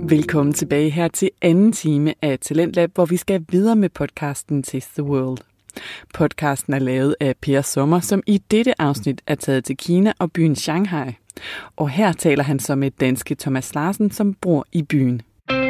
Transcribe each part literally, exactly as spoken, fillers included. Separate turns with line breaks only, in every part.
Velkommen tilbage her til anden time af Talentlab, hvor vi skal videre med podcasten Taste the World. Podcasten er lavet af Per Sommer, som i dette afsnit er taget til Kina og byen Shanghai. Og her taler han så med danske Thomas Larsen, som bor i byen.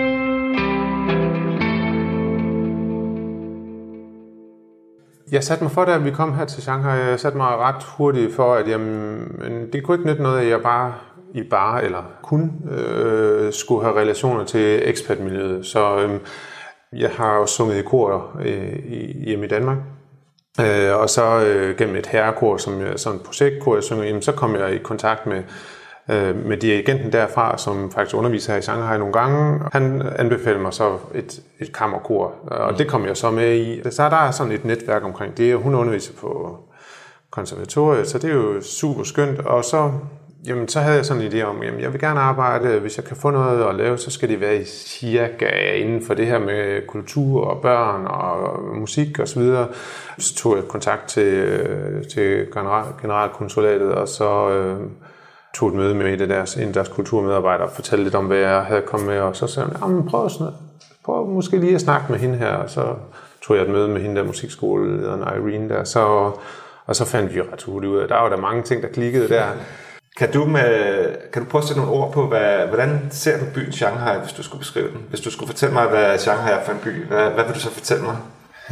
Jeg satte mig for, da vi kom her til Shanghai, jeg satte mig ret hurtigt for, at jamen, det kunne ikke nytte noget, at jeg bare i bare eller kun øh, skulle have relationer til ekspatmiljøet. Så øh, jeg har jo sunget i kor øh, hjemme i Danmark. Øh, og så øh, gennem et herrekor, som jeg, sådan et projektkor, jeg synger hjemme, så kom jeg i kontakt med, øh, med dirigenten derfra, som faktisk underviser her i Shanghai nogle gange. Han anbefalede mig så et, et kammerkor, og det kom jeg så med i. Så der er sådan et netværk omkring det. Hun underviser på konservatoriet, så det er jo super skønt. Og så, jamen, så havde jeg sådan en idé om, at jeg vil gerne arbejde, hvis jeg kan få noget at lave, så skal det være cirka inden for det her med kultur og børn og musik og så videre. Så tog jeg kontakt til, til general, generalkonsulatet, og så øh, tog et møde med et af deres, en af deres kulturmedarbejdere og fortalte lidt om, hvad jeg havde kommet med, og så sagde han, prøv, sådan, prøv måske lige at snakke med hende her, og så tog jeg et møde med hende der musikskolelederen Irene der, så, og så fandt vi ret hurtigt ud af, der var der mange ting, der klikkede der.
Kan du, med, kan du prøve at sætte nogle ord på, hvad, hvordan ser du byen Shanghai, hvis du skulle beskrive den? Hvis du skulle fortælle mig, hvad Shanghai er for en by, hvad, hvad vil du så fortælle mig?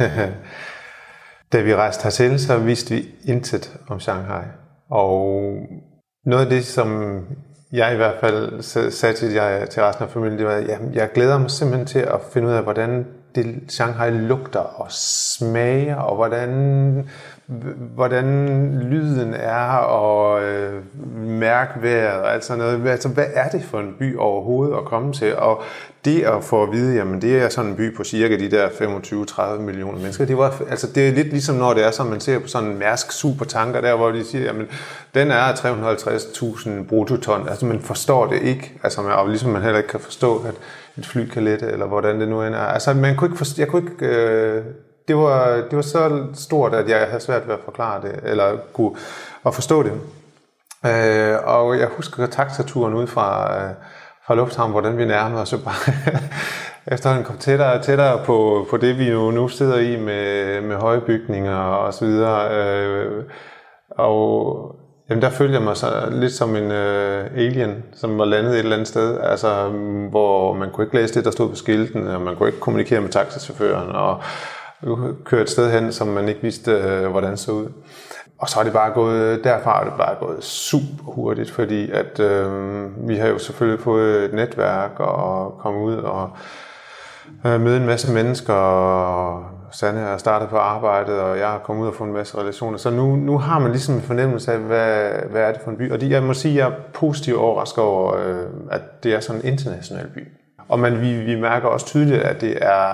Da vi rejste hertil, så vidste vi intet om Shanghai. Og noget af det, som jeg i hvert fald sagde til, jeg, til resten af familien, det var, at jeg glæder mig simpelthen til at finde ud af, hvordan det Shanghai lugter og smager, og hvordan, hvordan lyden er, og øh, mærkvejret og alt sådan noget. Altså, hvad er det for en by overhovedet at komme til? Og det at få at vide, jamen det er sådan en by på cirka de der femogtyve til tredive millioner mennesker. Det, var, altså, det er lidt ligesom når det er sådan, man ser på sådan en Mærsk supertanker der, hvor de siger, jamen den er tre hundrede og halvtreds tusind bruttoton. Altså man forstår det ikke, altså, og ligesom man heller ikke kan forstå, at et fly kan lette, eller hvordan det nu end er. Altså man kunne ikke forstå, jeg kunne ikke, øh, det var, det var så stort, at jeg havde svært ved at forklare det, eller kunne at forstå det. Øh, og jeg husker taxaturen ud fra, øh, fra lufthavnen, hvordan vi nærmede os, så bare efterhånden kom tættere og tættere på, på det, vi jo nu sidder i med, med høje bygninger og så videre. Øh, og jamen, der følte jeg mig så lidt som en øh, alien, som var landet et eller andet sted, altså, hvor man kunne ikke læse det, der stod på skilten, og man kunne ikke kommunikere med taxichaufføren, og køre et sted hen, som man ikke vidste, øh, hvordan det så ud. Og så er det bare gået, derfra er det bare gået super hurtigt, fordi at øh, vi har jo selvfølgelig fået et netværk og komme ud og øh, møde en masse mennesker, og Sanne er startet på arbejdet, og jeg har kommet ud og fået en masse relationer. Så nu, nu har man ligesom en fornemmelse af, hvad, hvad er det for en by. Og det, jeg må sige, jeg er positivt overrasket over, øh, at det er sådan en international by. Og man, vi, vi mærker også tydeligt, at det er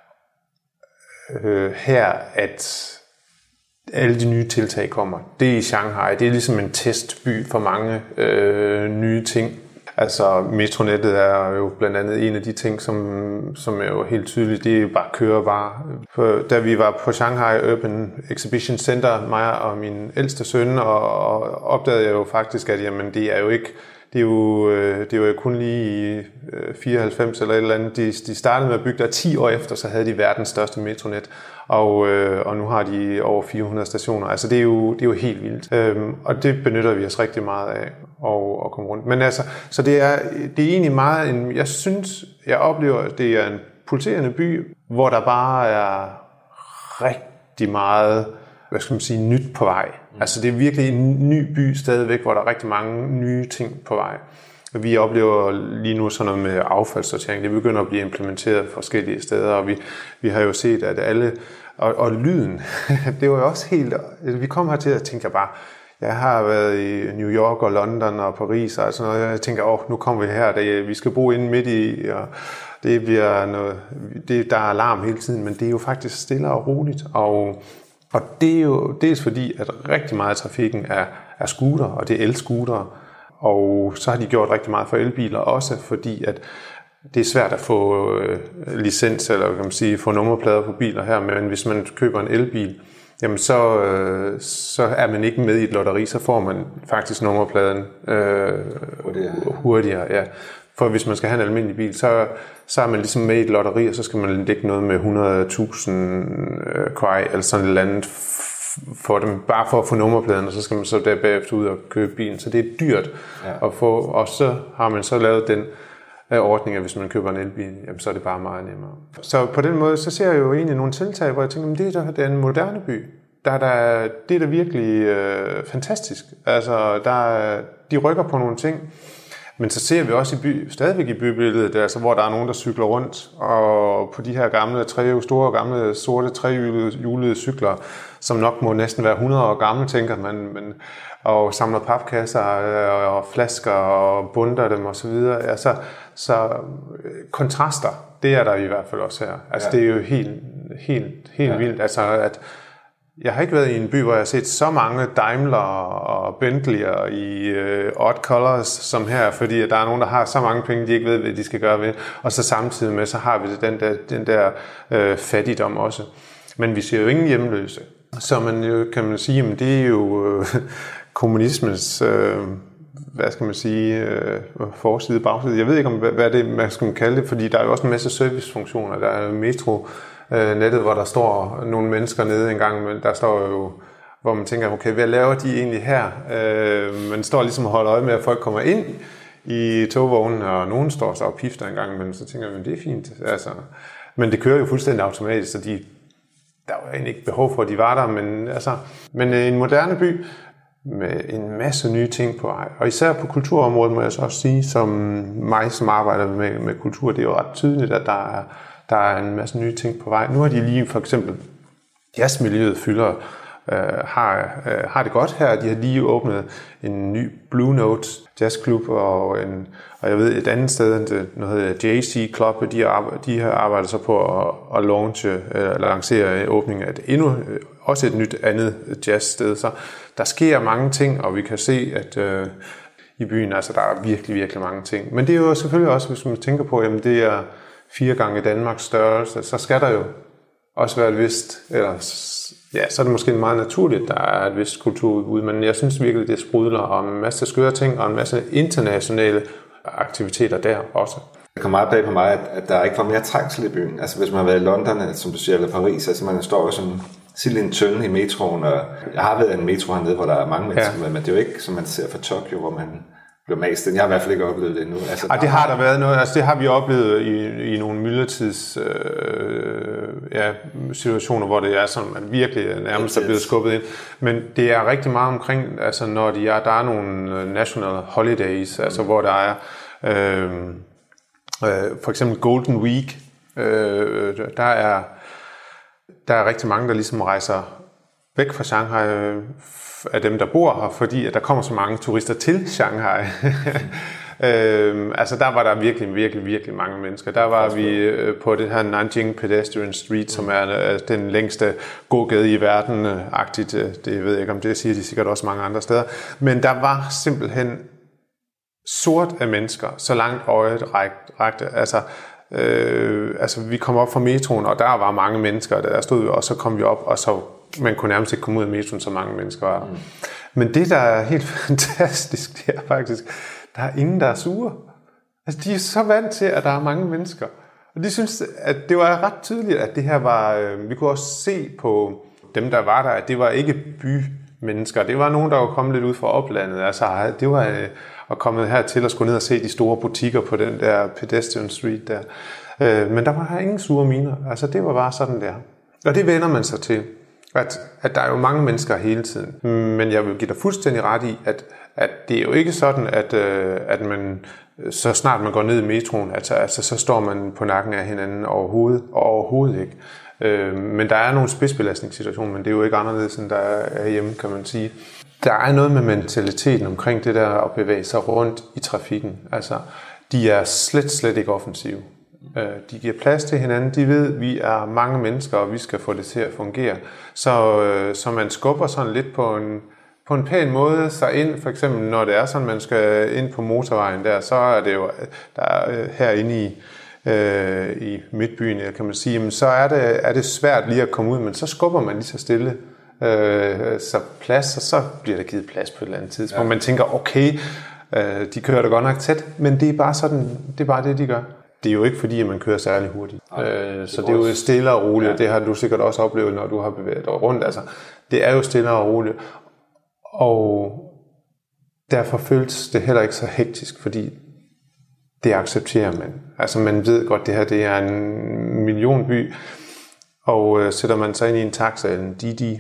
øh, her, at alle de nye tiltag kommer. Det er i Shanghai. Det er ligesom en testby for mange øh, nye ting. Altså metronettet er jo blandt andet en af de ting, som, som er jo helt tydeligt, det er jo bare kørevarer. Da vi var på Shanghai Urban Exhibition Center, mig og min ældste søn, og, og opdagede jeg jo faktisk, at jamen, det er jo ikke, det er jo, det er jo kun lige i fireoghalvfems eller et eller andet. De, de startede med at bygge der ti år efter, så havde de verdens største metronet. Og, øh, og nu har de over fire hundrede stationer. Altså det er jo, det er jo helt vildt. Øhm, og det benytter vi os rigtig meget af at, at komme rundt. Men altså, så det er, det er egentlig meget en, jeg synes, jeg oplever, at det er en pulserende by, hvor der bare er rigtig meget, hvad skal man sige, nyt på vej. Altså det er virkelig en ny by stadigvæk, hvor der er rigtig mange nye ting på vej. Vi oplever lige nu sådan noget med affaldssortering. Det begynder at blive implementeret forskellige steder, og vi, vi har jo set, at alle... Og, og lyden, det var jo også helt... Vi kom her til at tænke bare... Jeg har været i New York og London og Paris og sådan noget. Jeg tænker, åh, nu kommer vi her, det, vi skal bo inde midt i, og det bliver noget... Det, der er alarm hele tiden, men det er jo faktisk stille og roligt. Og, og det er jo dels fordi, at rigtig meget af trafikken er, er scooter, og det er el-scootere. Og så har de gjort rigtig meget for elbiler også, fordi at det er svært at få øh, licens, eller kan man sige, få nummerplader på biler her, men hvis man køber en elbil, jamen så, øh, så er man ikke med i et lotteri, så får man faktisk nummerpladen øh, hurtigere. hurtigere ja. For hvis man skal have en almindelig bil, så, så er man ligesom med i et lotteri, og så skal man lægge noget med hundrede tusind øh, kwai, eller sådan et eller andet for dem, bare for at få nummerpladen, og så skal man så der bagefter ud og købe bilen. Så det er dyrt ja. at få, og så har man så lavet den ordning, at hvis man køber en elbil, jamen, så er det bare meget nemmere. Så på den måde, så ser jeg jo egentlig nogle tiltag, hvor jeg tænker, at det er, der, det er en moderne by. Der er der, det er da virkelig øh, fantastisk. Altså, der, de rykker på nogle ting. Men så ser vi også i by, stadigvæk i bybilledet, altså, hvor der er nogen, der cykler rundt, og på de her gamle, tre, store, gamle, sorte, trehjulede cykler, som nok må næsten være hundrede år gamle, tænker man, men, og samler papkasser og, og flasker og bunder dem osv. Altså, så kontraster, det er der i hvert fald også her. Altså, ja. Det er jo helt, helt, helt ja. vildt. Altså, at jeg har ikke været i en by, hvor jeg har set så mange Daimler og Bentley'er i uh, odd colors som her, fordi der er nogen, der har så mange penge, de ikke ved, hvad de skal gøre ved. Og så samtidig med, så har vi den der, den der uh, fattigdom også. Men vi ser jo ingen hjemløse. Så man jo, kan man sige, at det er jo uh, kommunismens, uh, hvad skal man sige, uh, forside, bagside. Jeg ved ikke, om hvad det man skal kalde det, fordi der er jo også en masse servicefunktioner. Der er metro, nettet, hvor der står nogle mennesker nede en gang, men der står jo, hvor man tænker, okay, hvad laver de egentlig her? Øh, man står ligesom og holder øje med, at folk kommer ind i togvognen, og nogen står så og pifter en gang, men så tænker man, det er fint. Altså, men det kører jo fuldstændig automatisk, så de, der var egentlig ikke behov for, at de var der, men, altså, men en moderne by med en masse nye ting på vej. Og især på kulturområdet, må jeg så også sige, som mig, som arbejder med, med kultur, det er jo ret tydeligt, at der er Der er en masse nye ting på vej. Nu har de lige for eksempel jazzmiljøet fylder, øh, har, øh, har det godt her. De har lige åbnet en ny Blue Note jazzklub, og, en, og jeg ved et andet sted, noget hedder J C Club, de, arbejder, de har arbejdet så på at, at launche, eller lancere åbningen af et endnu, også et nyt andet jazzsted. Så der sker mange ting, og vi kan se, at øh, i byen, altså der er virkelig, virkelig mange ting. Men det er jo selvfølgelig også, hvis man tænker på, jamen det er fire gange Danmarks størrelse, så skal der jo også være et vist, eller ja, så er det måske meget naturligt, at der er et vist kulturudbud, men jeg synes virkelig, det sprudler om en masse skøre ting, og en masse internationale aktiviteter der også.
Det kommer meget bag på mig, at der ikke var mere trængsel i byen. Altså hvis man har været i London, som du siger, eller Paris, altså man står jo sådan sild i en tønde i metroen, og jeg har været i en metro hernede, hvor der er mange mennesker, ja. Men det er jo ikke, som man ser fra Tokyo, hvor man bliver mast. Jeg har i hvert fald ikke oplevet det endnu. Altså,
og det har der været noget, altså det har vi oplevet i, i nogle myldretids øh, ja, situationer, hvor det er sådan, man virkelig nærmest er blevet skubbet ind. Men det er rigtig meget omkring, altså når de er, der er nogle national holidays, altså hvor der er øh, øh, for eksempel Golden Week, øh, der er der er rigtig mange, der ligesom rejser væk fra Shanghai af dem, der bor her, fordi at der kommer så mange turister til Shanghai. øhm, altså der var der virkelig, virkelig, virkelig mange mennesker. Der var vi øh, på det her Nanjing Pedestrian Street, som er øh, den længste gågade i verden, øh, agtigt. Det ved jeg ikke, om det siger de sikkert også mange andre steder. Men der var simpelthen sort af mennesker, så langt øjet rakte. Altså, øh, altså vi kom op fra metroen, og der var mange mennesker, der stod vi, og så kom vi op, og så man kunne nærmest ikke komme ud af metroen, så mange mennesker var. Mm. Men det, der er helt fantastisk, det er faktisk, der er ingen, der er sure. Altså, de er så vant til, at der er mange mennesker. Og de synes, at det var ret tydeligt, at det her var, øh, vi kunne også se på dem, der var der, at det var ikke bymennesker. Det var nogen, der var kommet lidt ud fra oplandet. Altså, det var øh, at komme hertil og skulle ned og se de store butikker på den der pedestrian street der. Øh, men der var ingen sure miner. Altså, det var bare sådan der. Og det vender man sig til. At, at der er jo mange mennesker hele tiden. Men jeg vil give dig fuldstændig ret i, at, at det er jo ikke sådan, at, øh, at man, så snart man går ned i metroen, altså, altså, så står man på nakken af hinanden overhovedet, og overhovedet ikke. Øh, men der er nogle spidsbelastningssituationer, men det er jo ikke anderledes, end der er hjemme, kan man sige. Der er noget med mentaliteten omkring det der at bevæge sig rundt i trafikken. Altså, de er slet, slet ikke offensive. De giver plads til hinanden, de ved, at vi er mange mennesker, og vi skal få det til at fungere. Så, så man skubber sådan lidt på en, på en pæn måde sig ind, for eksempel når det er sådan, man skal ind på motorvejen der, så er det jo der er, herinde i, øh, i midtbyen, kan man sige, så er det, er det svært lige at komme ud, men så skubber man lige så stille øh, så plads, og så bliver der givet plads på et eller andet tidspunkt. Ja. Man tænker, okay, Øh, de kører da godt nok tæt, men det er bare sådan, det er bare det, de gør. Det er jo ikke fordi, at man kører særlig hurtigt.
Nej,
øh,
det
så det er jo stille og roligt, ja. Det har du sikkert også oplevet, når du har bevæget dig rundt. Altså, det er jo stille og roligt. Og derfor føles det heller ikke så hektisk, fordi det accepterer man. Altså man ved godt, det her det er en millionby, og øh, sætter man sig ind i en taxa eller en Didi,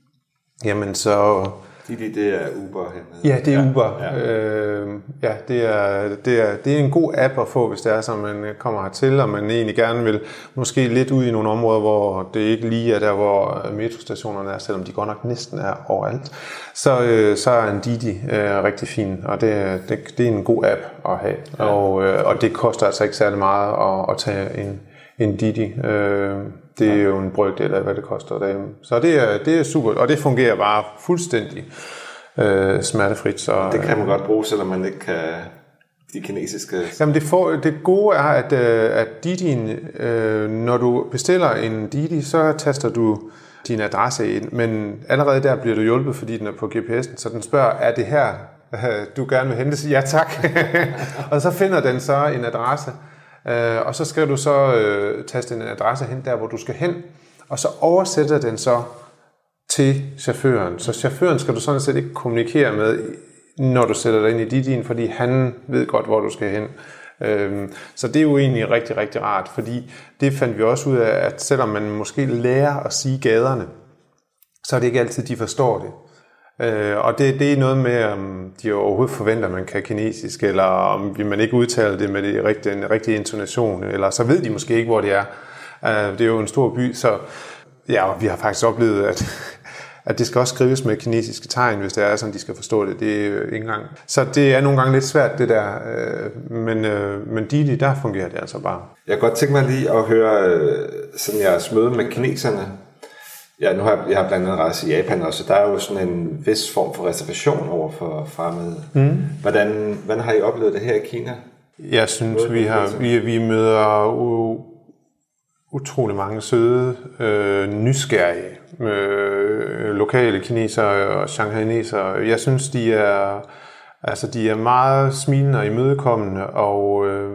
jamen så...
Didi, det er Uber hernede.
Ja, det er ja, Uber.
Ja,
øh, ja det, er, det, er, det er en god app at få, hvis det er, så man kommer hertil, og man egentlig gerne vil måske lidt ud i nogle områder, hvor det ikke lige er der, hvor metrostationerne er, selvom de godt nok næsten er overalt. Så, øh, så er en Didi øh, rigtig fin, og det, det, det er en god app at have. Ja. Og, øh, og det koster altså ikke særlig meget at, at tage en, en Didi. Øh, det er jo en brøkdel af, hvad det koster derhjemme. Så det er, det er super, og det fungerer bare fuldstændig øh, smertefrit. Så,
det kan man godt bruge, selvom man ikke kan de kinesiske...
Jamen det, for, det gode er, at, at Didi'en, øh, når du bestiller en Didi, så taster du din adresse ind, men allerede der bliver du hjulpet, fordi den er på G P S'en, så den spørger, er det her, du gerne vil hente? Ja tak. Og så finder den så en adresse, øh, og så skal du så øh, taste en adresse hen der, hvor du skal hen, og så oversætter den så til chaufføren. Så chaufføren skal du sådan set ikke kommunikere med, når du sætter dig ind i Didi'en, fordi han ved godt, hvor du skal hen. Øhm, så det er jo egentlig rigtig, rigtig rart, fordi det fandt vi også ud af, at selvom man måske lærer at sige gaderne, så er det ikke altid, de forstår det. Øh, og det, det er noget med, om de overhovedet forventer, at man kan kinesisk, eller om man ikke udtaler det med det rigtige, den rigtige intonation, eller så ved de måske ikke, hvor det er. Øh, det er jo en stor by, så ja, og vi har faktisk oplevet, at at det skal også skrives med kinesiske tegn, hvis det er sådan, de skal forstå det. Det er jo ikke engang. Så det er nogle gange lidt svært, det der. Men, men Didi, der fungerer det altså bare.
Jeg kan godt tænke mig lige at høre sådan jeres møde med kineserne. Ja, nu har jeg, jeg har blandt andet rejst i Japan også, så der er jo sådan en vis form for reservation over for fremmede. Mm. Hvordan, hvordan har I oplevet det her i Kina?
Jeg synes, vi, har, vi, vi møder u, utrolig mange søde, øh, nysgerrige øh, lokale kinesere og shanghainere. Jeg synes, de er, altså, de er meget smilende og imødekommende, og øh,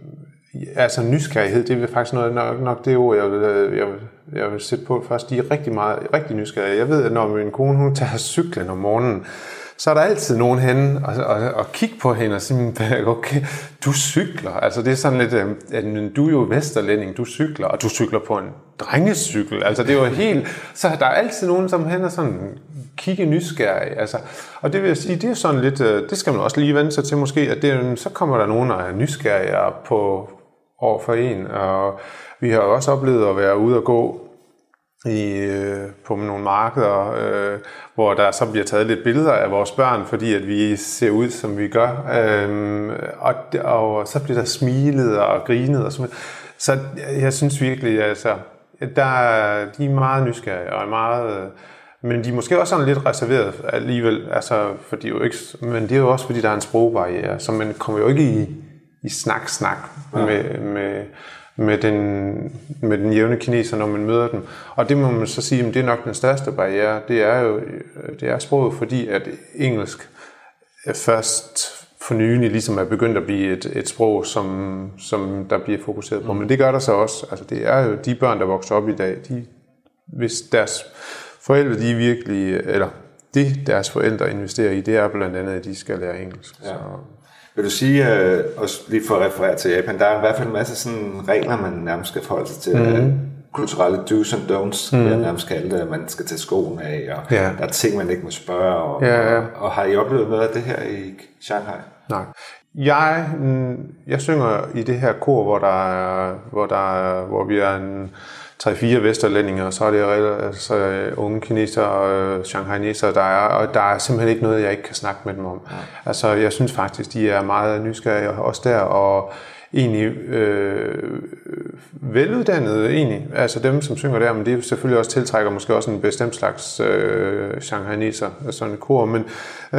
altså nysgerrighed, det er faktisk noget, nok, nok det ord, jeg vil, jeg, vil, jeg vil sætte på først. De er rigtig, meget, rigtig nysgerrige. Jeg ved, at når min kone hun tager cyklen om morgenen, så er der altid nogen henne og, og, og kigge på hende og sige, okay, du cykler. Altså det er sådan lidt, at du er jo vesterlænding, du cykler, og du cykler på en drengecykel. Altså det er jo helt, så der er altid nogen, som hen og sådan kigge nysgerrig. Altså, og det vil jeg sige, det er sådan lidt, det skal man også lige vende sig til måske, at det, så kommer der nogen, der er nysgerrige på over for en. Og vi har også oplevet at være ude og gå i, øh, på nogle markeder, øh, hvor der så bliver taget lidt billeder af vores børn, fordi at vi ser ud, som vi gør. Øh, og, og så bliver der smilet og grinet og sådan. Så jeg synes virkelig, altså, der, de er meget nysgerrige og er meget... Øh, men de er måske også sådan lidt reserveret alligevel, altså, fordi jo ikke, men det er jo også, fordi der er en sprogbarriere, så man kommer jo ikke i, i snak-snak ja. med... med Med den, med den jævne kineser, når man møder dem. Og det må man så sige, at det er nok den største barriere. Det er jo det er sproget, fordi at engelsk først for nylig ligesom er begyndt at blive et, et sprog, som, som der bliver fokuseret på. Mm. Men det gør der så også. Altså, det er jo de børn, der vokser op i dag, de, hvis deres forældre, de virkelig, eller det deres forældre investerer i, det er blandt andet, at de skal lære engelsk. Ja. Så.
Vil du sige, øh, også lige for at referere til Japan, der er i hvert fald en masse sådan regler, man nærmest skal forholde sig til. Mm. Kulturelle do's and don'ts, mm. jeg nærmest kalde det, at man skal tage skoene af, og ja. Der er ting, man ikke må spørge. Og, ja, ja. Og, og har I oplevet noget af det her i Shanghai?
Nej. Jeg, jeg synger i det her kor, hvor, der er, hvor, der er, hvor vi er en tre-fire vesterlændinger, og så er det altså, unge kinesere og shanghainere, der er, og der er simpelthen ikke noget, jeg ikke kan snakke med dem om. Ja. Altså, jeg synes faktisk, de er meget nysgerrige også der, og egentlig øh, veluddannede egentlig, altså dem, som synger der, men det selvfølgelig også tiltrækker måske også en bestemt slags øh, shanghainere, sådan en kor, men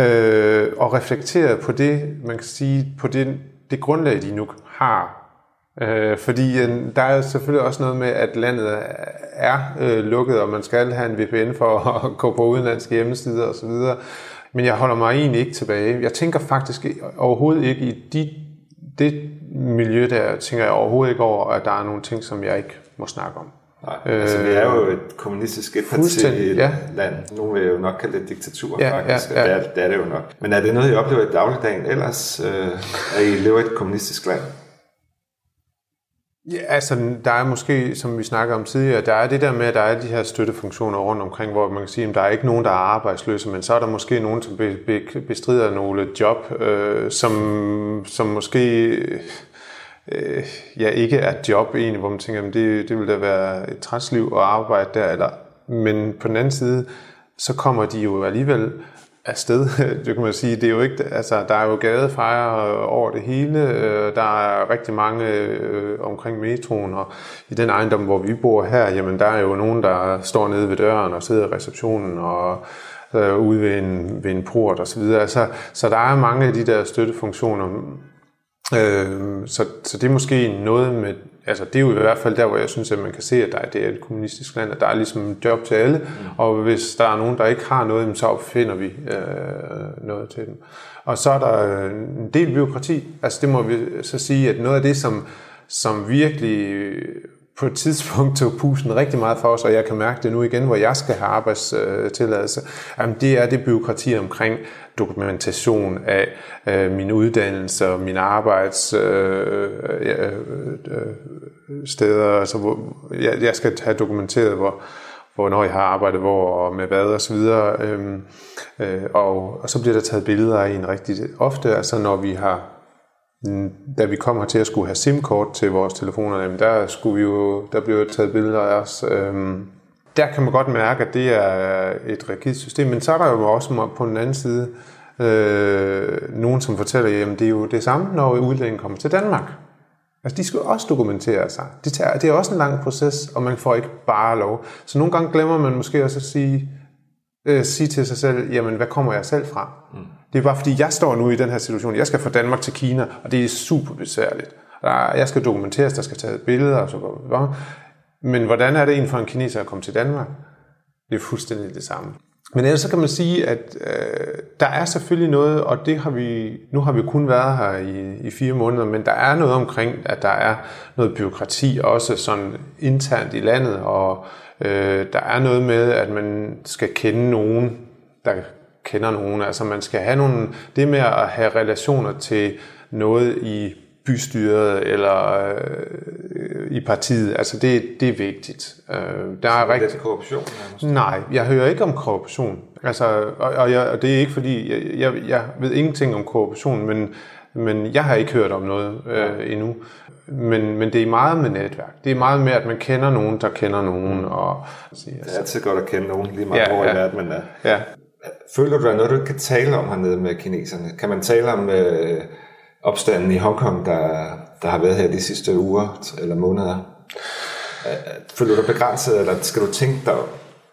øh, og reflekteret på det, man kan sige, på det, det grundlag, de nu har Øh, fordi øh, der er selvfølgelig også noget med, at landet er øh, lukket, og man skal have en V P N for at gå på udenlandske hjemmesider osv. Men jeg holder mig egentlig ikke tilbage. Jeg tænker faktisk overhovedet ikke i de, det miljø der, tænker jeg overhovedet ikke over, at der er nogle ting, som jeg ikke må snakke om.
Nej, altså vi er jo et kommunistisk etparti
ja.
land. Nogle vil jo nok kalde det diktatur,
ja,
faktisk.
Ja, ja.
Det, er, det er det jo nok. Men er det noget, I oplever i dagligdagen ellers, øh, at I lever i et kommunistisk land?
Ja, altså der er måske, som vi snakker om tidligere, der er det der med, at der er de her støttefunktioner rundt omkring, hvor man kan sige, at der er ikke nogen, der er arbejdsløse, men så er der måske nogen, som be, be, bestrider nogle job, øh, som, som måske øh, ja, ikke er job egentlig, hvor man tænker, at det, det vil da være et trætsliv at arbejde der, eller, men på den anden side, så kommer de jo alligevel afsted, det kan man sige. Det er jo ikke, altså, der er jo gadefejre over det hele. Der er rigtig mange øh, omkring metroen, og i den ejendom, hvor vi bor her, jamen, der er jo nogen, der står nede ved døren og sidder i receptionen og øh, ude ved en, ved en port og så videre. Altså, så der er mange af de der støttefunktioner. Øh, så, så det er måske noget med, altså det er jo i hvert fald der, hvor jeg synes, at man kan se, at der er, det er et kommunistisk land, at der er ligesom job til alle, mm. og hvis der er nogen, der ikke har noget, så opfinder vi øh, noget til dem. Og så er der en del bureaukrati, altså det må vi så sige, at noget af det, som, som virkelig på et tidspunkt tog pusten rigtig meget for os, og jeg kan mærke det nu igen, hvor jeg skal have arbejdstilladelse, det er det bureaukrati omkring dokumentation af øh, min uddannelse og mine arbejdssteder, øh, øh, altså hvor jeg, jeg skal have dokumenteret, hvor, hvornår jeg har arbejdet hvor og med hvad og så videre, øh, øh, og, og så bliver der taget billeder af en rigtig ofte, altså når vi har da vi kom her til at skulle have SIM-kort til vores telefoner, jamen der, skulle vi jo, der blev taget billeder af os. Øhm, der kan man godt mærke, at det er et rigidt system, men så er der jo også på den anden side øh, nogen, som fortæller, at det er jo det samme, når udlændingen kommer til Danmark. Altså, de skal også dokumentere sig. Det, tager, det er også en lang proces, og man får ikke bare lov. Så nogle gange glemmer man måske også at sige, øh, sige til sig selv, jamen, hvad kommer jeg selv fra? Mm. Det er bare fordi, jeg står nu i den her situation. Jeg skal fra Danmark til Kina, og det er super besværligt. Jeg skal dokumenteres, der skal tage billeder og så videre. Men hvordan er det egentlig for en kineser at komme til Danmark? Det er fuldstændig det samme. Men ellers så kan man sige, at øh, der er selvfølgelig noget, og det har vi, nu har vi kun været her i, i fire måneder, men der er noget omkring, at der er noget bureaukrati også sådan internt i landet, og øh, der er noget med, at man skal kende nogen, der kender nogen. Altså man skal have nogle, det med at have relationer til noget i bystyret eller øh, i partiet, altså det, det er vigtigt. Øh, der er
rigtig...
rigtig...
korruption?
Nej, jeg hører ikke om korruption. Altså, og, og, jeg, og det er ikke fordi, jeg, jeg, jeg ved ingenting om korruption, men, men jeg har ikke hørt om noget øh, endnu. Men, men det er meget med netværk. Det er meget med, at man kender nogen, der kender nogen. Og, altså,
det er altid godt at kende nogen, lige meget ja, hvor ja. i verden man er.
Ja.
Føler du, der er noget, du ikke kan tale om hernede med kineserne? Kan man tale om øh, opstanden i Hongkong, der, der har været her de sidste uger eller måneder? Føler du dig begrænset, eller skal du tænke dig om?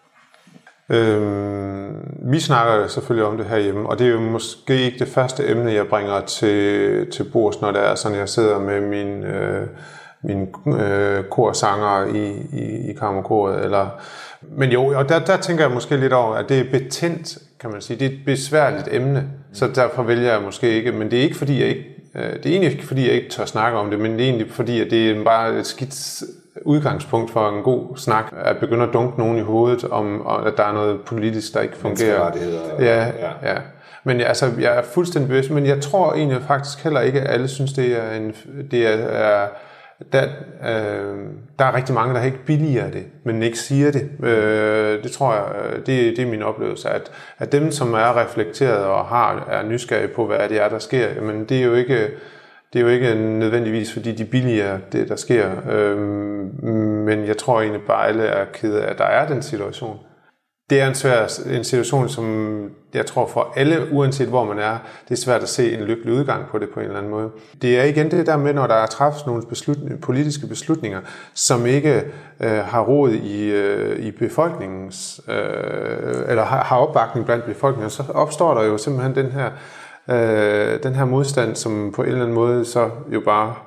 Øhm, vi snakker selvfølgelig om det herhjemme, og det er jo måske ikke det første emne, jeg bringer til, til bords, når det er sådan, jeg sidder med min, øh, min øh, korsanger i, i, i kammerkoret. Eller, men jo, og der, der tænker jeg måske lidt over, at det er betændt, kan man sige. Det er et besværligt emne, så derfor vælger jeg måske ikke. Men det er ikke fordi, jeg ikke, det er egentlig ikke fordi, jeg ikke tør snakke om det, men det er egentlig fordi, at det er bare et skidt udgangspunkt for en god snak, at begynde at dunke nogen i hovedet om, at der er noget politisk, der ikke fungerer. Ja, ja. ja. Men altså, jeg er fuldstændig bevidst, men jeg tror egentlig faktisk heller ikke, at alle synes, det er en... Det er, der, øh, der er rigtig mange, der ikke billiger det, men ikke siger det. Øh, det tror jeg, det, det er min oplevelse, at, at dem, som er reflekteret og har, er nysgerrige på, hvad det er, der sker, men det er jo ikke... Det er jo ikke nødvendigvis, fordi de billiger det, der sker. Øhm, men jeg tror egentlig bare, alle er kede af, at der er den situation. Det er en svær en situation, som jeg tror for alle, uanset hvor man er, det er svært at se en lykkelig udgang på det på en eller anden måde. Det er igen det der med, når der er træffes nogle beslut- politiske beslutninger, som ikke øh, har rod i, øh, i befolkningens, øh, eller har, har opbakning blandt befolkningen, så opstår der jo simpelthen den her Øh, den her modstand, som på en eller anden måde så jo bare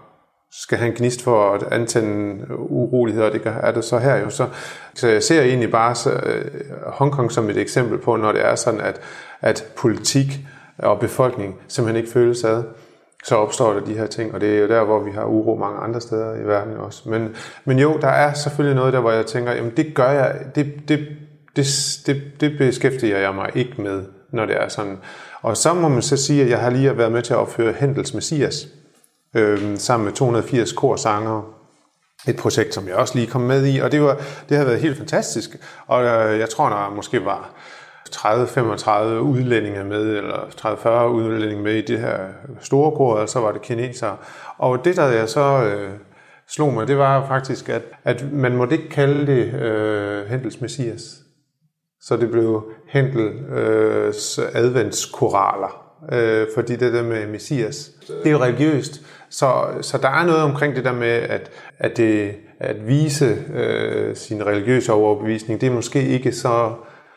skal have en gnist for at antænde uroligheder, og det er det så her jo. Så, så jeg ser egentlig bare så, uh, Hongkong som et eksempel på, når det er sådan, at, at politik og befolkning simpelthen ikke føles ad, så opstår der de her ting, og det er jo der, hvor vi har uro mange andre steder i verden også. Men, men jo, der er selvfølgelig noget der, hvor jeg tænker, jamen det gør jeg, det, det, det, det, det beskæftiger jeg mig ikke med, når det er sådan. Og så må man så sige, at jeg har lige været med til at opføre Händels Messias, øh, sammen med to hundrede og firs korsangere. Et projekt, som jeg også lige kom med i, og det, var, det har været helt fantastisk. Og øh, jeg tror, der måske var tredive til femogtredive udlændinge med, eller tredive til fyrre udlændinge med i det her store kor, og så var det kinesere. Og det, der jeg så øh, slog mig, det var faktisk, at, at man måtte ikke kalde det øh, Händels Messias. Så det blev Händels øh, adventskoraler, øh, fordi det der med Messias, det er jo religiøst. Så, så der er noget omkring det der med, at, at, det, at vise øh, sin religiøse overbevisning, det er måske ikke så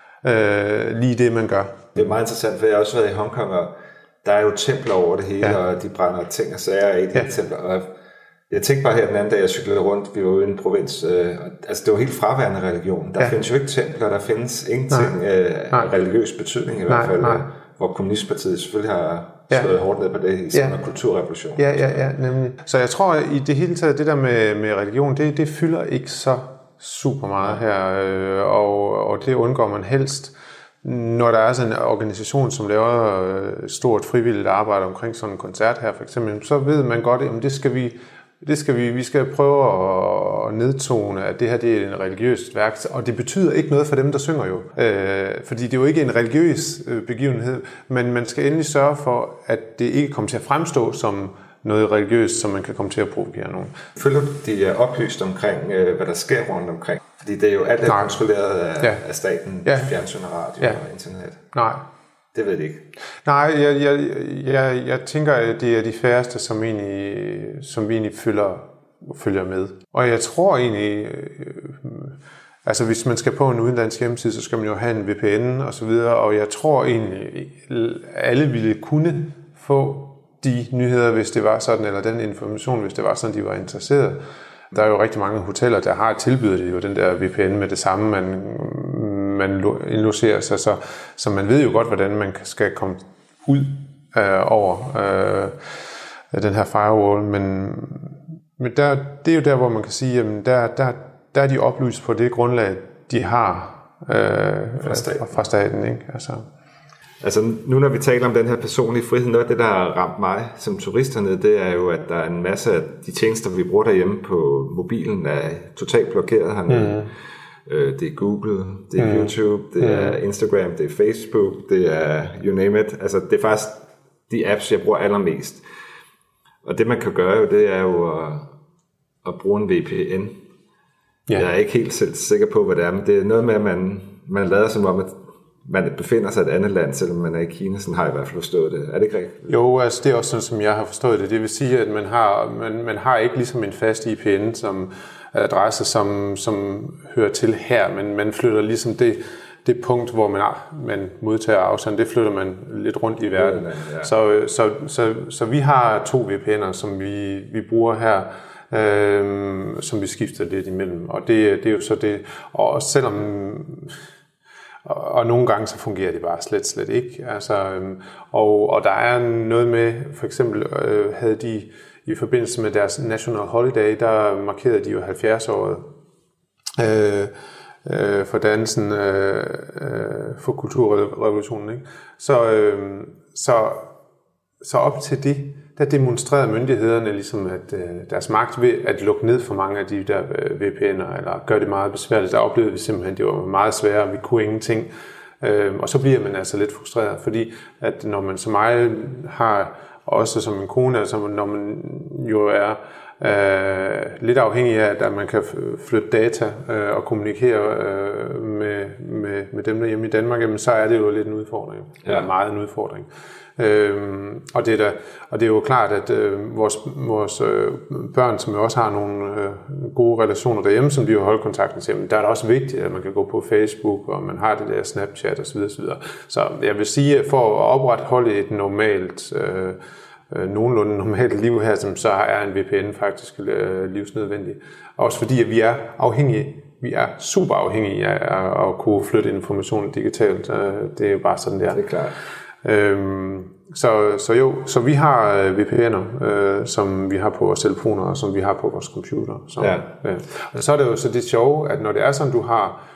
øh, lige det, man gør.
Det er meget interessant, for jeg har også været i Hongkong, og der er jo templer over det hele, ja. Og de brænder ting og sager i de ja. templer. Og jeg tænkte bare her den anden dag, jeg cyklede rundt, vi var ude i en provins, øh, altså det var helt fraværende religion. Der ja. findes jo ikke templer, der findes ingenting nej. Øh, nej. religiøs betydning i nej, hvert fald, nej. hvor Kommunistpartiet selvfølgelig har slået ja. hårdt ned på det i sådan en ja. kulturrevolution.
Ja, ja, ja, nemlig. Så jeg tror, i det hele taget, det der med, med religion, det, det fylder ikke så super meget her, øh, og, og det undgår man helst. Når der er sådan en organisation, som laver øh, stort frivilligt arbejde omkring sådan en koncert her, for eksempel, så ved man godt, at det skal vi, det skal vi, vi skal prøve at nedtone, at det her det er en religiøst værk, og det betyder ikke noget for dem, der synger jo. Øh, fordi det er jo ikke en religiøs øh, begivenhed, men man skal endelig sørge for, at det ikke kommer til at fremstå som noget religiøst, som man kan komme til at provokere nogen.
Føler du, de er oplyst omkring, øh, hvad der sker rundt omkring? Fordi det er jo alt er kontrolleret af, ja. af staten, ja. fjernsyn og radio ja. og internet.
Nej.
Det ved jeg ikke.
Nej, jeg, jeg, jeg, jeg tænker, at det er de færreste, som, egentlig, som vi egentlig følger, følger med. Og jeg tror egentlig, øh, altså hvis man skal på en udenlandsk hjemmeside, så skal man jo have en V P N og så videre, og jeg tror egentlig, alle ville kunne få de nyheder, hvis det var sådan, eller den information, hvis det var sådan, de var interesseret. Der er jo rigtig mange hoteller, der har tilbydet det jo den der V P N med det samme, man, man indlogerer sig, så, så man ved jo godt, hvordan man skal komme ud øh, over øh, den her firewall, men, men der, det er jo der, hvor man kan sige, at der, der, der er de oplyst på det grundlag, de har øh,
fra staten.
Fra staten ikke? Altså.
Altså nu når vi taler om den her personlige frihed, noget af det, der har ramt mig som turist hernede, det er jo, at der er en masse af de tjenester, vi bruger derhjemme på mobilen, er totalt blokeret hernede. Mm. Øh, det er Google, det er mm. YouTube, det er mm. Instagram, det er Facebook, det er you name it. Altså det er faktisk de apps, jeg bruger allermest. Og det man kan gøre jo, det er jo at, at bruge en V P N. Yeah. Jeg er ikke helt selv sikker på, hvad det er, men det er noget med, at man, man lader som om, at man befinder sig i et andet land, selvom man er i Kina, sådan har jeg i hvert fald forstået det. Er det ikke rigtigt?
Jo, altså det er også sådan, som jeg har forstået det. Det vil sige, at man har, man, man har ikke ligesom en fast I P N som adresse, som, som hører til her, men man flytter ligesom det, det punkt, hvor man, man modtager afstand, det flytter man lidt rundt i verden. Ja, ja. Så, så, så, så vi har to V P N'er, som vi, vi bruger her, øh, som vi skifter lidt imellem. Og det, det er jo så det, og selvom Og nogle gange så fungerer det bare slet, slet ikke. Altså, øhm, og, og der er noget med, for eksempel øh, havde de i forbindelse med deres National Holiday, der markerede de jo halvfjerds-året øh, øh, for dansen, øh, øh, for kulturrevolutionen. Ikke? Så, øh, så, så op til det, der demonstrerede myndighederne ligesom at øh, deres magt ved at lukke ned for mange af de der øh, V P N'er, eller gøre det meget besværligt. Der oplevede vi simpelthen, at det var meget sværere, vi kunne ingenting. Øh, og så bliver man altså lidt frustreret, fordi at når man som mig har, også som en kone, altså når man jo er øh, lidt afhængig af, at man kan flytte data øh, og kommunikere øh, med, med, med dem derhjemme i Danmark, jamen, så er det jo lidt en udfordring. Ja. Eller meget en udfordring. Øhm, og, det er da, og det er jo klart, at øh, vores, vores øh, børn, som jo også har nogle øh, gode relationer derhjemme, som de jo holder kontakten til, men der er det også vigtigt, at man kan gå på Facebook, og man har det der Snapchat osv. osv. Så jeg vil sige, at for at opretholde et normalt øh, øh, nogenlunde normalt liv her, som så er en V P N faktisk øh, livsnødvendig. Også fordi, at vi er afhængige, vi er super afhængige af at, at kunne flytte information digitalt. Det er jo bare sådan, det er.
Det er klart.
Øhm, så, så jo, så vi har V P N'er, øh, som vi har på vores telefoner, og som vi har på vores computer. Så,
ja.
øh. Og så er det jo så det sjove, at når det er sådan, du har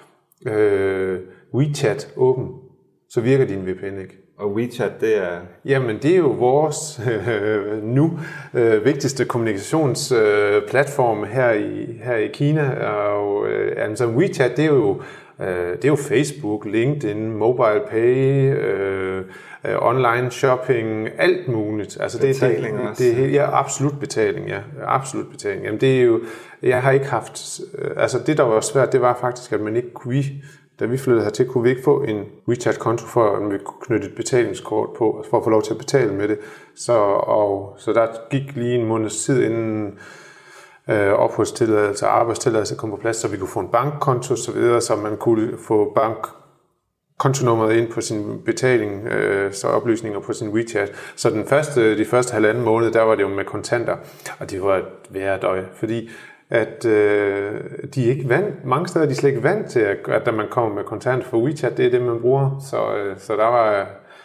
øh, WeChat åben, så virker din V P N ikke.
Og WeChat, det er...
Jamen, det er jo vores øh, nu øh, vigtigste kommunikationsplatform øh, her i her i Kina. Og øh, altså WeChat, det er jo øh, det er jo Facebook, LinkedIn, Mobile Pay, øh, øh, online shopping, alt muligt. Altså
betaling
det, det,
også.
Det, det, ja, absolut betaling, ja, absolut betaling. Jamen, det er jo, jeg har ikke haft, øh, altså det der var svært, det var faktisk, at man ikke kunne. Da vi flyttede hertil, kunne vi ikke få en WeChat-konto, for at vi kunne knytte et betalingskort på, for at få lov til at betale med det. Så, og, så der gik lige en måneds tid, inden øh, opholdstilladelse og arbejdstilladelse kom på plads, så vi kunne få en bankkonto, så videre, så man kunne få bankkontonummeret ind på sin betaling, øh, så oplysninger på sin WeChat. Så den første, de første halvanden måned, der var det jo med kontanter, og det var et værdøje, fordi at øh, de er ikke vant, mange steder er de slet ikke vant til, at, at når man kommer med kontant for WeChat, det er det, man bruger. Så, øh, så der var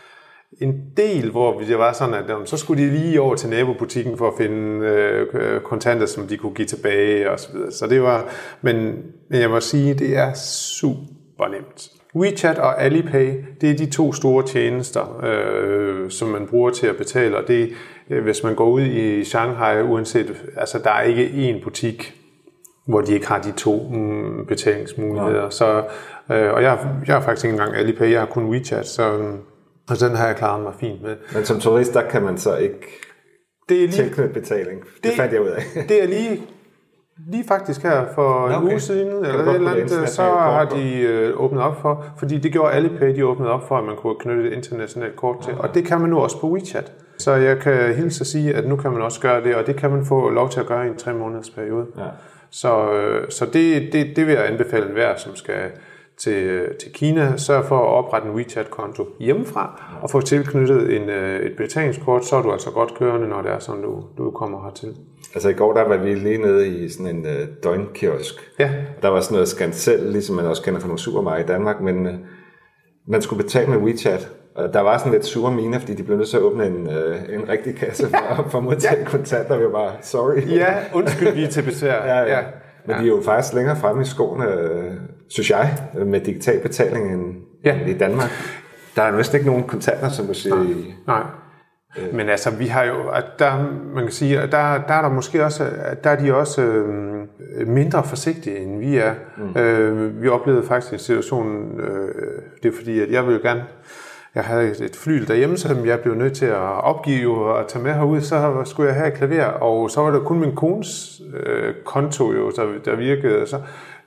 en del, hvor det var sådan, at øh, så skulle de lige over til nabobutikken for at finde øh, kontanter, som de kunne give tilbage og så videre. Så det var, men, men jeg må sige, det er super nemt. WeChat og Alipay, det er de to store tjenester, øh, som man bruger til at betale, og det, øh, hvis man går ud i Shanghai, uanset, altså der er ikke én butik, hvor de ikke har de to mm, betalingsmuligheder. Ja. Så, øh, og jeg, jeg har faktisk ikke engang Alipay, jeg har kun WeChat, så og den har jeg klaret mig fint med.
Men som turist, der kan man så ikke det er lige, tilknytte betaling. Det, det fandt jeg ud af.
Det er lige... Lige faktisk her for okay. en uge siden, eller et eller andet, så har de øh, åbnet op for, fordi det gjorde Alipay, de åbnede op for, at man kunne knytte et internationalt kort til, og det kan man nu også på WeChat. Så jeg kan hilse at sige, at nu kan man også gøre det, og det kan man få lov til at gøre i en tre måneders periode. Ja. Så, øh, så det, det, det vil jeg anbefale enhver, som skal til, til Kina, sørg for at oprette en WeChat-konto hjemmefra, og få tilknyttet en, et betalingskort, så er du altså godt kørende, når det er sådan, du, du kommer hertil.
Altså i går, der var vi lige nede i sådan en uh, døgnkiosk.
Ja.
Der var sådan noget Scancel, ligesom man også kender fra nogle supermarkeder i Danmark, men uh, man skulle betale med WeChat. Og der var sådan lidt sure miner, fordi de blev nødt til at åbne en, uh, en rigtig kasse for, for at modtage ja. kontanter. Vi var bare, sorry.
Ja, undskyld, vi er til besvær.
ja, ja. ja. Men ja. de er jo faktisk længere fremme i skoene, synes jeg, med digital betaling end, ja. end i Danmark. Der er næsten ikke nogen kontanter, som du siger.
Nej, nej. Øh. Men altså, vi har jo, at der, man kan sige, at der, der er der måske også, der er de også øh, mindre forsigtige, end vi er. Mm. Øh, vi oplevede faktisk en situation, øh, det er fordi, at jeg vil jo gerne, jeg havde et fly derhjemme, som jeg blev nødt til at opgive og tage med herud, så skulle jeg have et klaver, og så var det kun min kones øh, konto, jo, der, der virkede. Så,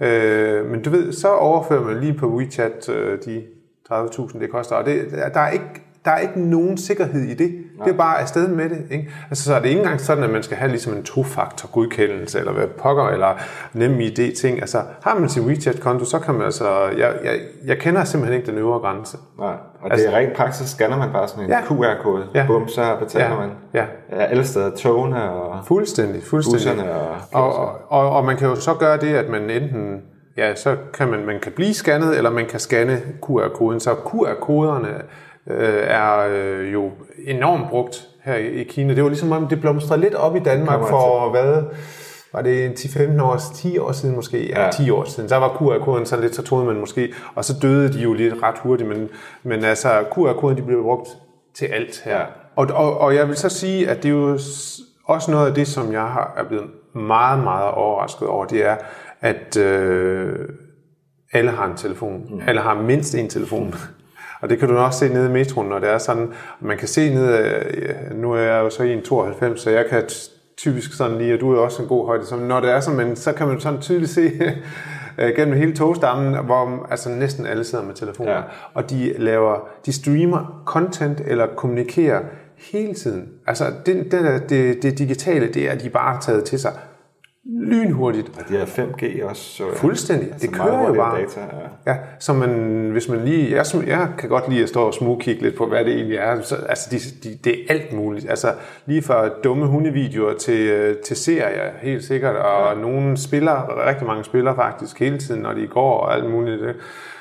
øh, men du ved, så overfører man lige på WeChat øh, de tredive tusind, det koster, og det, der er ikke Der er ikke nogen sikkerhed i det. Nej. Det er bare afsted med det. Ikke? Altså, så er det ikke engang sådan, at man skal have ligesom en to-faktor godkendelse, eller hvad pokker, eller NemID ting. Altså, har man sin WeChat-konto, så kan man altså... Jeg, jeg, jeg kender simpelthen ikke den øvre grænse.
Nej, og altså, det er rent praksis, scanner man bare sådan en ja. Q R-kode. Ja. Bum, så betaler ja. man. Ja. Alle steder, togene og...
Fuldstændig, fuldstændig.
Busserne og...
Og, og, og, og man kan jo så gøre det, at man enten... Ja, så kan man, man kan blive scannet, eller man kan scanne Q R-koden. Så Q R-koderne... Øh, er øh, jo enormt brugt her i, i Kina. Det var ligesom, om det blomstrede lidt op i Danmark for, hvad, var det ti femten år, ti år siden måske? Ja, ja. ti år siden. Så var Q R-koden sådan lidt, så troede man måske, og så døde de jo lidt ret hurtigt, men, men altså, Q R-koden, de blev brugt til alt her. Ja. Og, og, og jeg vil så sige, at det er jo også noget af det, som jeg har, er blevet meget, meget overrasket over, det er, at øh, alle har en telefon. Mm. Alle har mindst en telefon. Og det kan du også se nede i metroen, når det er sådan, man kan se nede, nu er jeg jo så i en tooghalvfems, så jeg kan typisk sådan lige, og du er også en god højde, så når det er sådan, men så kan man sådan tydeligt se gennem hele togstammen, hvor altså næsten alle sidder med telefoner, ja. Og de laver, de streamer content eller kommunikerer hele tiden. Altså det, det, det, det digitale, det er de bare taget til sig lynhurtigt.
Og de har fem G også. Så,
Fuldstændig.
Altså
det kører jo bare.
Data, ja.
Ja, så man, hvis man lige... Jeg, jeg kan godt lide at stå og smugkigge lidt på, hvad det egentlig er. Så, altså, de, de, det er alt muligt. Altså, lige fra dumme hundevideoer til, til serier, helt sikkert. Og ja. Nogle spiller, rigtig mange spiller faktisk hele tiden, når de går og alt muligt. Det.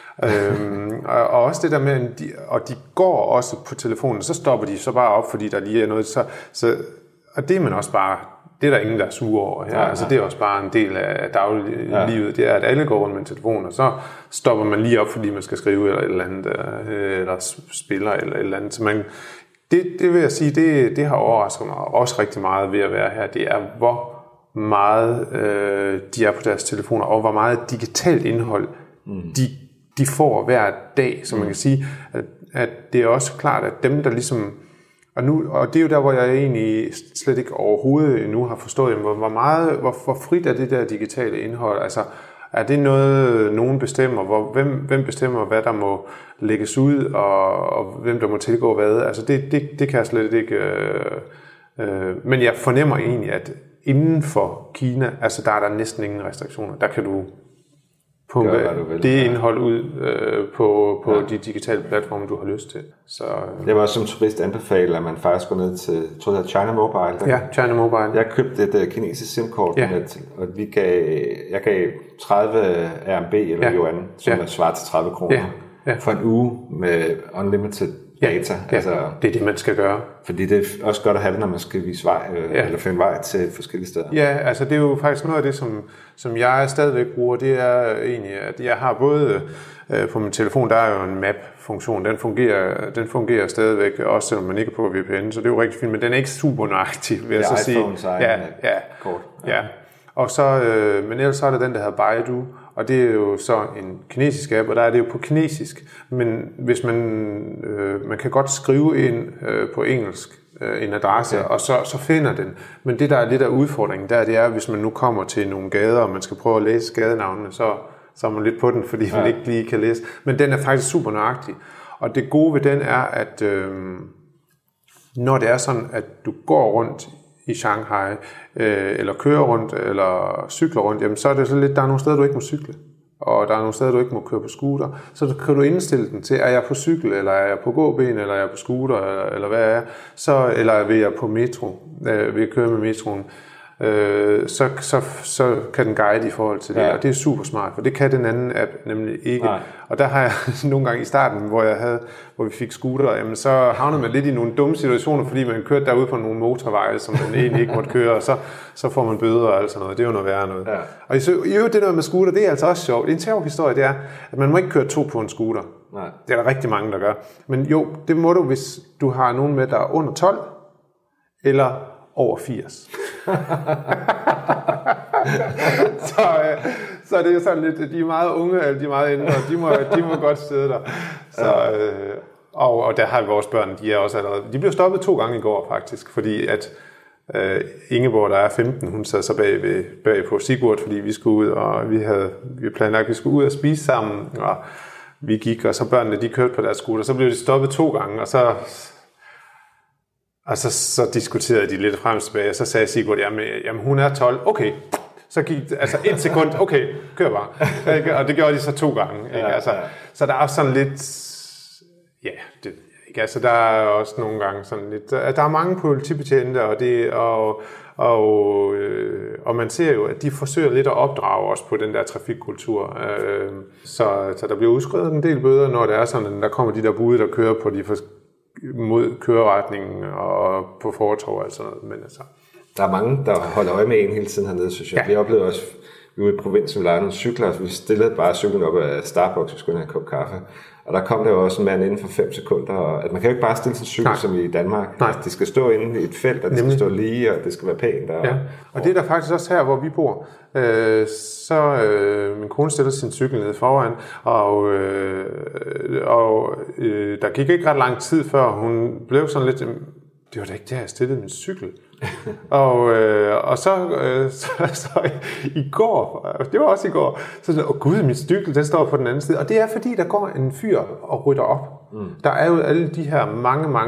øhm, og, og også det der med, at de, og de går også på telefonen, så stopper de så bare op, fordi der lige er noget. Så, så, og det er man også bare... Det er der ingen, der er sure over her. Ja, ja. Altså, det er også bare en del af dagliglivet. Ja. Det er, at alle går rundt med telefonen, og så stopper man lige op, fordi man skal skrive eller et eller andet, eller spiller eller et eller andet. Så man, det, det vil jeg sige, det, det har overrasket mig også rigtig meget ved at være her. Det er, hvor meget øh, de er på deres telefoner, og hvor meget digitalt indhold mm. de, de får hver dag. Så man kan sige, at, at det er også klart, at dem, der ligesom... Og, nu, og det er jo der, hvor jeg egentlig slet ikke overhovedet endnu har forstået, hvor, hvor, meget, hvor, hvor frit er det der digitale indhold? Altså, er det noget, nogen bestemmer? Hvor, hvem, hvem bestemmer, hvad der må lægges ud, og, og hvem der må tilgå hvad? Altså, det, det, det kan jeg slet ikke... Øh, øh, men jeg fornemmer egentlig, at inden for Kina, altså der er der næsten ingen restriktioner. Der kan du pumpe det indhold ud øh, på, på ja. de digitale platforme, du har lyst til. Så, øh.
Jeg var også som turist anbefale, at man faktisk går ned til, jeg tror det hedder China Mobile. Der,
ja, China Mobile.
Jeg købte et uh, kinesisk SIM-kort, ja. med, og vi gav, jeg gav tredive R M B eller ja. yuan, som ja. svarer til tredive kroner, ja. Ja. for en uge med unlimited data.
Ja,
altså,
det er det, man skal gøre.
Fordi det er også godt at have det, når man skal vise vej, øh, ja. eller finde vej til forskellige steder.
Ja, altså det er jo faktisk noget af det, som, som jeg stadigvæk bruger. Det er egentlig, at jeg har både øh, på min telefon, der er jo en map-funktion. Den fungerer, den fungerer stadigvæk, også selvom man ikke er på V P N, så det er jo rigtig fint. Men den er ikke super nøjagtig, vil jeg så sige.
Det er
ja, ja,
kort.
Ja. ja. Og så, øh, men ellers så er der den, der hedder Baidu, og det er jo så en kinesisk app, og der er det jo på kinesisk. Men hvis man, øh, man kan godt skrive ind øh, på engelsk øh, en adresse, okay. og så, så finder den. Men det, der er lidt af udfordringen, der det er, hvis man nu kommer til nogle gader, og man skal prøve at læse gadenavnene, så, så er man lidt på den, fordi ja. man ikke lige kan læse. Men den er faktisk super nøjagtig. Og det gode ved den er, at øh, når det er sådan, at du går rundt i Shanghai, øh, eller kører rundt, eller cykler rundt, jamen så er det så lidt, der er nogle steder, du ikke må cykle, og der er nogle steder, du ikke må køre på scooter, så kan du indstille den til, er jeg på cykel, eller er jeg på gåben, eller er jeg på scooter, eller, eller hvad er jeg, så, eller vil jeg på metro, øh, vil jeg køre med metroen, øh, så, så, så kan den guide i forhold til det, ja. og det er super smart, for det kan den anden app nemlig ikke. Nej. Og der har jeg nogle gange i starten, hvor jeg havde, hvor vi fik scooter, jamen så havnede man lidt i nogle dumme situationer, fordi man kørte derude på nogle motorveje, som man egentlig ikke måtte køre, og så, så får man bøder og alt sådan noget. Det er jo noget værre noget. Ja. Og i øvrigt det der med scooter, det er altså også sjovt. En sjov historie, det er, at man må ikke køre to på en scooter. Nej. Det er der rigtig mange, der gør. Men jo, det må du, hvis du har nogen med, der er under tolv, eller over firs. så, øh, så det er sådan lidt, de er meget unge, eller de er meget ældre, de må, de må godt sidde der. Så, øh, og, og der har vi vores børn, de er også allerede, de blev stoppet to gange i går faktisk, fordi at øh, Ingeborg, der er femten, hun sad så bag, ved, bag på Sigurd, fordi vi skulle ud, og vi havde vi planlagt, at vi skulle ud og spise sammen, og vi gik, og så børnene, de kørte på deres scooter, så blev de stoppet to gange, og så Og så, så diskuterede de lidt frem og tilbage, og så sagde Sigurd, jamen, jamen hun er tolv, okay. Så gik altså et sekund, okay, kør bare. Og det gjorde de så to gange. Ikke? Ja, altså, ja. Så der er også sådan lidt, ja, det, ikke? Altså, der er også nogle gange sådan lidt, der er mange politibetjente, og, det, og, og, øh, og man ser jo, at de forsøger lidt at opdrage os på den der trafikkultur. Øh, så, så der bliver udskrevet en del bøder, når det er sådan, der kommer de der bude, der kører på de forskellige mod køreretningen og på fortov og sådan noget, men altså.
Der er mange, der holder øje med en hele tiden hernede, synes jeg. Ja. Vi oplevede også, vi var i provinsen, vi lejede nogle cykler, vi stillede bare cyklen op af Starbucks, vi skulle have en kop kaffe. Og der kom der jo også en mand inden for fem sekunder, og at man kan jo ikke bare stille sin cykel, Nej. som i Danmark. Altså, det skal stå inde i et felt, og det Nemlig. skal stå lige, og det skal være pænt. Og,
ja. og det er der faktisk også her, hvor vi bor. Øh, så øh, min kone stiller sin cykel nede foran, og, øh, og øh, der gik ikke ret lang tid før, hun blev sådan lidt, det var da ikke der, jeg stillede min cykel. og, øh, og så, øh, så, så i går, det var også i går, så sådan, åh gud, min cykel, den står på den anden side. Og det er fordi, der går en fyr og rydder op. Mm. Der er jo alle de her mange, mange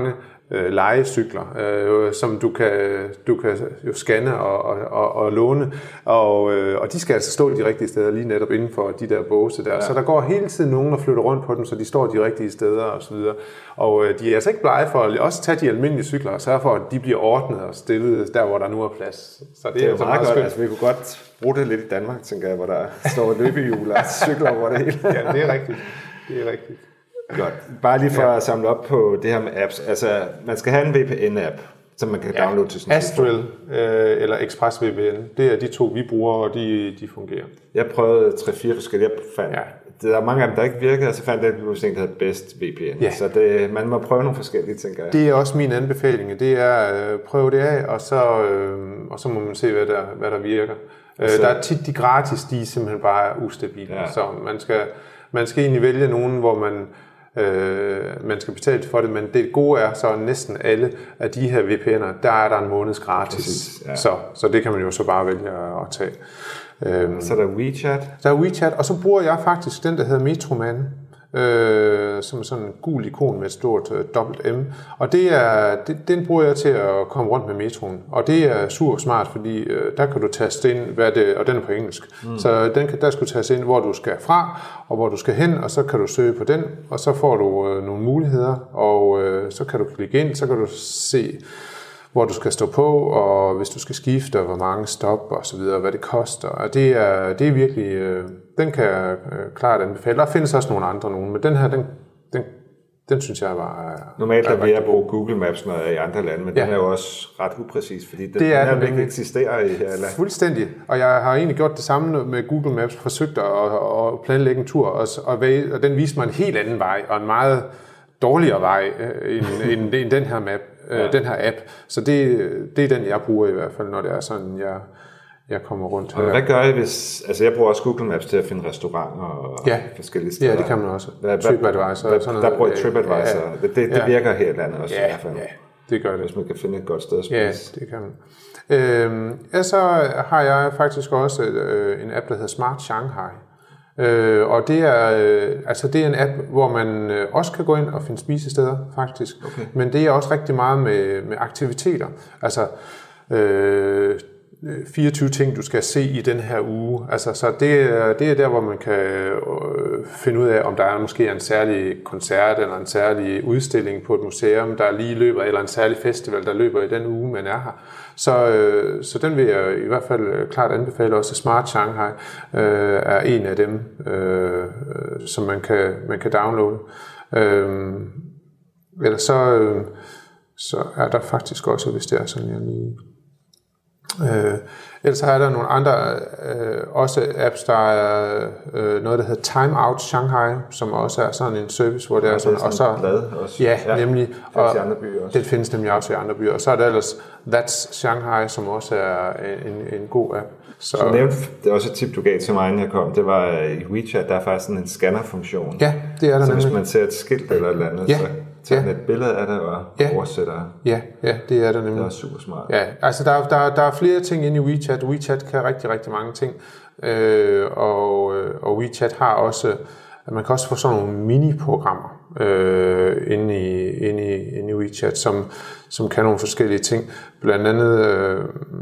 øh, legecykler, øh, som du kan, du kan jo scanne og, og, og, og låne, og, øh, og de skal altså stå de rigtige steder, lige netop inden for de der båse der. Ja. Så der går hele tiden nogen, der flytter rundt på dem, så de står de rigtige steder og så videre. Og øh, de er altså ikke blege for at også tage de almindelige cykler og sørge for, at de bliver ordnet og stillet der, hvor der nu er plads. Så det,
det er, er jo meget, meget godt. Altså, vi kunne godt
godt
bruge det lidt i Danmark, tænker jeg, hvor der står løbehjul og cykler over det hele.
Ja, det er rigtigt. Det er rigtigt.
Godt. Bare lige for ja. at samle op på det her med apps. Altså, man skal have en V P N-app, som man kan ja. downloade til sin
Astral øh, eller ExpressVPN, det er de to, vi bruger, og de, de fungerer.
Jeg prøvede tre-fire forskellige. Jeg fandt, ja. Der er mange af dem, der ikke virkede, og så fandt jeg, at det der hedder Best V P N. Ja. Så det, man må prøve nogle forskellige, tænker jeg.
Det er også min anbefaling. Det er at øh, prøve det af, og så, øh, og så må man se, hvad der, hvad der virker. Altså, der er tit de gratis, de er simpelthen bare ustabile. Ja. Så man skal, man skal egentlig vælge nogen, hvor man, øh, man skal betale for det, men det gode er så næsten alle af de her V P N'er, der er der en måneds gratis. Præcis, ja. så, så det kan man jo så bare vælge at tage.
Øhm, så er der WeChat.
Der er WeChat, og så bruger jeg faktisk den, der hedder Metroman, øh, som er sådan en gul ikon med et stort øh, dobbelt M. Og det er, det, den bruger jeg til at komme rundt med metroen. Og det er super smart, fordi øh, der kan du taste ind, hvad det, og den er på engelsk. Mm. Så den kan, der skal du taste ind, hvor du skal fra, og hvor du skal hen, og så kan du søge på den, og så får du øh, nogle muligheder, og øh, så kan du klikke ind, så kan du se, hvor du skal stå på, og hvis du skal skifte, og hvor mange stop og så videre, hvad det koster. Og det er, det er virkelig, øh, den kan jeg øh, klart anbefale. Der findes også nogle andre nogen, men den her, den, den, den synes jeg var...
Normalt er vi at bruge Google Maps når i andre lande, men ja. den er jo også ret upræcis, fordi den,
det er
den, den ikke eksisterer i her land.
Fuldstændig, og jeg har egentlig gjort det samme med Google Maps, forsøgt at, at planlægge en tur, og, og, og den viste mig en helt anden vej, og en meget dårligere vej end, end, end den her map. Ja. Den her app. Så det, det er den, jeg bruger i hvert fald, når det er sådan, jeg, jeg kommer rundt her.
Og hvad gør I, hvis... Altså, jeg bruger også Google Maps til at finde restauranter og
ja.
forskellige steder.
Ja, det kan man også. TripAdvisor.
Hvad, sådan der bruger jeg TripAdvisor. Ja. Det, det, det
ja.
virker helt andet også
ja.
i hvert fald.
Ja, det gør det.
Hvis man kan finde et godt sted at spise.
Ja, det kan man. Øhm, ja, så har jeg faktisk også øh, en app, der hedder Smart Shanghai. Øh, og det er, øh, altså det er en app, hvor man øh, også kan gå ind og finde spisesteder, faktisk. Okay. Men det er også rigtig meget med, med aktiviteter. Altså øh, fireogtyve ting, du skal se i den her uge. Altså, så det er, det er der, hvor man kan øh, finde ud af, om der er måske en særlig koncert eller en særlig udstilling på et museum, der lige løber, eller en særlig festival, der løber i den uge, man er her. Så, øh, så den vil jeg i hvert fald klart anbefale. Også Smart Shanghai øh, er en af dem, øh, som man kan, man kan downloade. Øh, eller så, øh, så er der faktisk også, hvis det er sådan, jeg lige... Øh, ellers er der nogle andre øh, også apps, der er øh, noget, der hedder Time Out Shanghai, som også er sådan en service, hvor det ja, er sådan,
det er sådan og så blad også.
Ja, ja, nemlig.
Og i andre byer også.
Det findes nemlig også i andre byer. Og så er der ellers That's Shanghai, som også er en, en god app.
Så, så nævnte, det er også et tip, du gav til mig, inden jeg kom. Det var i WeChat, der er faktisk sådan en scanner-funktion.
Ja, det er der
så
nemlig.
hvis man ser et skilt eller et eller andet,
ja.
så tager man
ja.
et billede af det og
ja.
oversætter.
Ja, ja, det er der nemlig.
Det er super smart.
Ja, altså der, der, der er flere ting inde i WeChat. WeChat kan rigtig, rigtig mange ting. Øh, og, og WeChat har også, man kan også få sådan nogle mini-programmer øh, inde, i, inde, i, inde i WeChat, som, som kan nogle forskellige ting. Blandt andet, øh,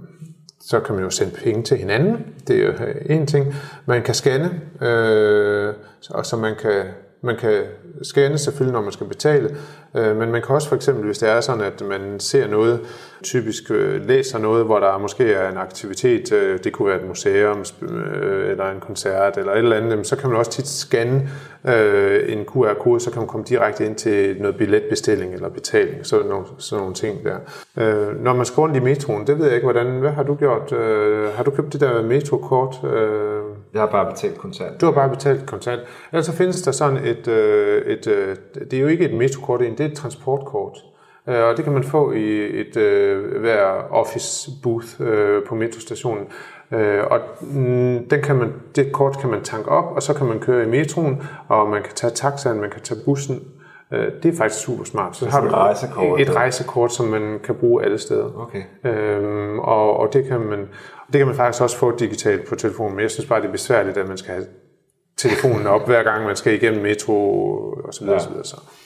så kan man jo sende penge til hinanden. Det er jo en ting. Man kan scanne, øh, og så man kan... Man kan scanne selvfølgelig, når man skal betale, øh, men man kan også for eksempel, hvis det er sådan, at man ser noget, typisk øh, læser noget, hvor der måske er en aktivitet, øh, det kunne være et museum, øh, eller en koncert, eller et eller andet, så kan man også tit scanne øh, en Q R-kode, så kan man komme direkte ind til noget billetbestilling eller betaling, sådan nogle, sådan nogle ting der. Øh, når man skal rundt i metroen, det ved jeg ikke, hvordan, hvad har du gjort? Øh, har du købt det der metrokort? Øh,
jeg har bare betalt kontant.
Du har bare betalt kontant. Ellers så findes der sådan et, øh, et øh, det er jo ikke et metrokort, det er et transportkort. Øh, og det kan man få i et øh, hver office booth øh, på metrostationen. Øh, og mm, den kan man, det kort kan man tanke op, og så kan man køre i metroen, og man kan tage taxaen, man kan tage bussen. Øh, det er faktisk super smart. Så har du
rejsekort,
et rejsekort, som man kan bruge alle steder.
Okay.
Øh, og, og det kan man det kan man faktisk også få digitalt på telefonen, men jeg synes bare, det er besværligt, at man skal have telefonen op, hver gang man skal igennem metro og så videre. Ja. Så, videre, så.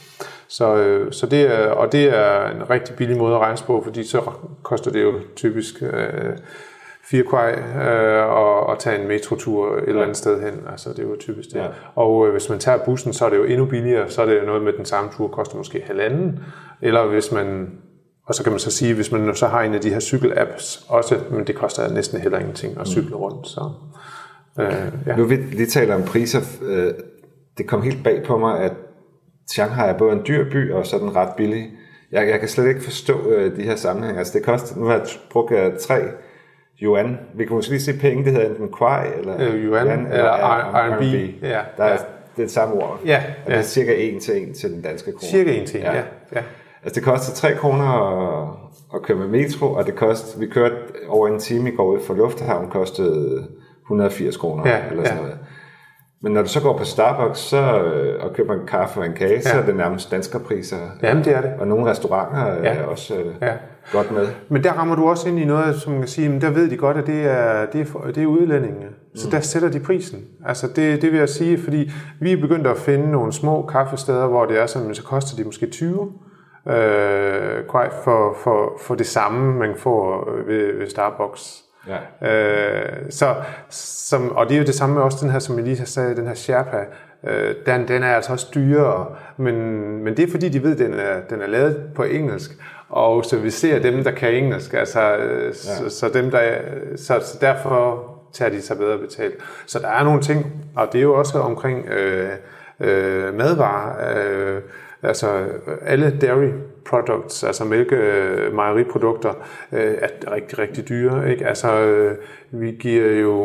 Så, øh, så det er, og det er en rigtig billig måde at regne på, fordi så koster det jo typisk øh, fire kwai øh, og, og tage en metrotur et eller andet sted hen. Altså det er jo typisk det. Ja. Og øh, hvis man tager bussen, så er det jo endnu billigere. Så er det jo noget med den samme tur, koster måske halvanden. Eller hvis man, og så kan man så sige, hvis man så har en af de her cykel-apps også, men det koster næsten heller ingenting at cykle rundt. Så, øh, ja.
Nu vi lige taler om priser. Øh, det kom helt bag på mig, at Shanghai er både en dyr by og sådan ret billig. Jeg, jeg kan slet ikke forstå øh, de her sammenhænge. Altså det koster, nu har jeg brugt øh, tre yuan. Vi kan måske lige se penge, det hedder enten kwai eller
øh, yuan, yuan eller, eller R M B.
Ja, der er, ja. Det er det samme ord.
Ja,
og det er cirka en til en til den danske krone.
Cirka en til en, ja. ja. ja.
Altså det koster tre kroner at, at køre med metro, og det koster, vi kørte over en time i går ud fra Lufthavn, kostede et hundrede og firs kroner
ja,
eller sådan
ja.
noget. Men når du så går på Starbucks så, og køber en kaffe og en kage, ja. så er det nærmest danskerpriser.
Jamen det er det.
Og nogle restauranter ja. er også ja. godt med.
Men der rammer du også ind i noget, som man kan sige, men der ved de godt, at det er, det er, det er udlændingene. Så mm. der sætter de prisen. Altså det, det vil jeg sige, fordi vi er begyndt at finde nogle små kaffesteder, hvor det er sådan, men så koster de måske tyve øh, for, for, for det samme, man får ved, ved Starbucks. Ja. Øh, så, som, og det er jo det samme med også den her, som jeg lige sagde, den her Sherpa, øh, den, den er altså også dyrere, men, men det er fordi, de ved, at den er, den er lavet på engelsk, og så vi ser dem, der kan engelsk, altså, øh, ja. så, så, dem, der, så, så derfor tager de sig bedre betalt. Så der er nogle ting, og det er jo også omkring øh, øh, madvarer, øh, altså alle dairy products, altså mælke, øh, mejeriprodukter, øh, er rigtig, rigtig dyre, ikke? Altså, øh, vi giver jo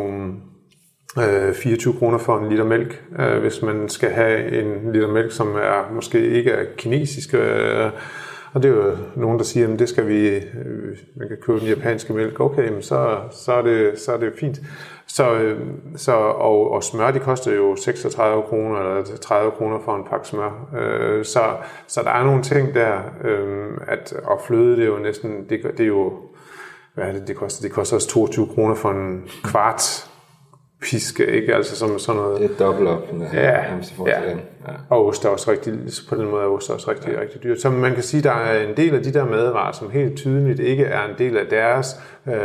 øh, fireogtyve kroner for en liter mælk, øh, hvis man skal have en liter mælk, som er måske ikke er kinesisk, øh, og det er jo nogen, der siger, at det skal vi, øh, man kan købe den japanske mælk, okay, men så, så, er det, så er det fint. Så, så, og, og smør, de koster jo seksogtredive kroner eller tredive kroner for en pakke smør. Øh, så, så der er nogle ting der, øh, at, og fløde, det er jo næsten, det, det er jo, hvad er det, det koster? Det koster også toogtyve kroner for en kvart piske, ikke? Altså som sådan noget.
Det er dobbelt op.
Ja, ja. ja. Og ost er også rigtig, på den måde er ost også rigtig, ja. rigtig dyrt. Så man kan sige, der er en del af de der madvarer, som helt tydeligt ikke er en del af deres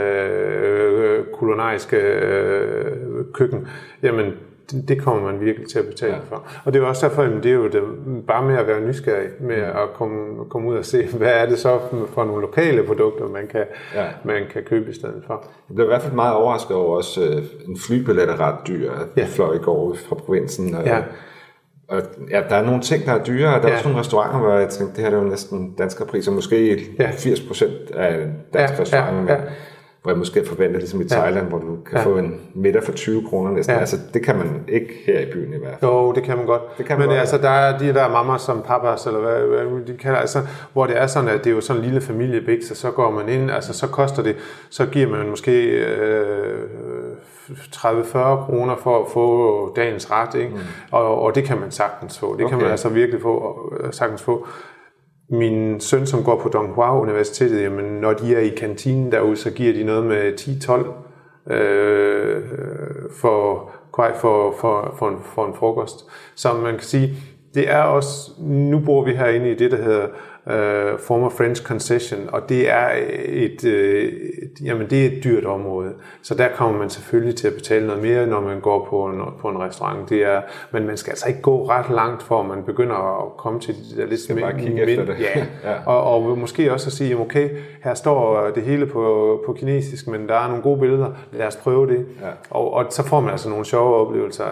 øh, kulinariske øh, køkken. Jamen, det, det kommer man virkelig til at betale ja. for. Og det er jo også derfor, at det er jo det, bare med at være nysgerrig, med at komme, komme ud og se, hvad er det så for nogle lokale produkter, man kan, ja. man kan købe i stedet for.
Jeg blev i hvert fald meget overrasket over også, en flybillet er ret dyr. Jeg fløj i går fra provinsen, og, ja. og ja, der er nogle ting, der er dyre, og der er ja. også nogle restauranter, hvor jeg tænkte, det her er jo næsten danskere måske ja. firs procent af dansk ja. restaurant, ja. Ja. hvor jeg måske forventer, ligesom i Thailand, ja. hvor du kan ja. få en middag for tyve kroner næsten. Ja. Altså, det kan man ikke her i byen i hvert fald.
Jo, det kan man godt. Det kan man Men godt, altså, der er de der mamma som papas, eller hvad, hvad de kalder, altså, hvor det er sådan, at det er jo sådan en lille familiebiks, og så går man ind, altså så koster det, så giver man måske øh, tredive til fyrre kroner for at få dagens ret, ikke? Mm. Og, og det kan man sagtens få. Det okay. kan man altså virkelig få, sagtens få. Min søn, som går på Donghua Universitetet, jamen, når de er i kantinen derude, så giver de noget med ti til tolv øh, for, for, for, for, en, for en frokost. Så man kan sige, det er også, nu bor vi herinde i det, der hedder uh, former French concession, og det er et, uh, et, jamen det er et dyrt område. Så der kommer man selvfølgelig til at betale noget mere, når man går på en, på en restaurant. Det er, men man skal altså ikke gå ret langt, for man begynder at komme til de der lidt
skal bare kigge efter det.
Ja. ja. Og, og måske også at sige, okay, her står det hele på, på kinesisk, men der er nogle gode billeder, lad os prøve det. Ja. Og, og så får man altså nogle sjove oplevelser.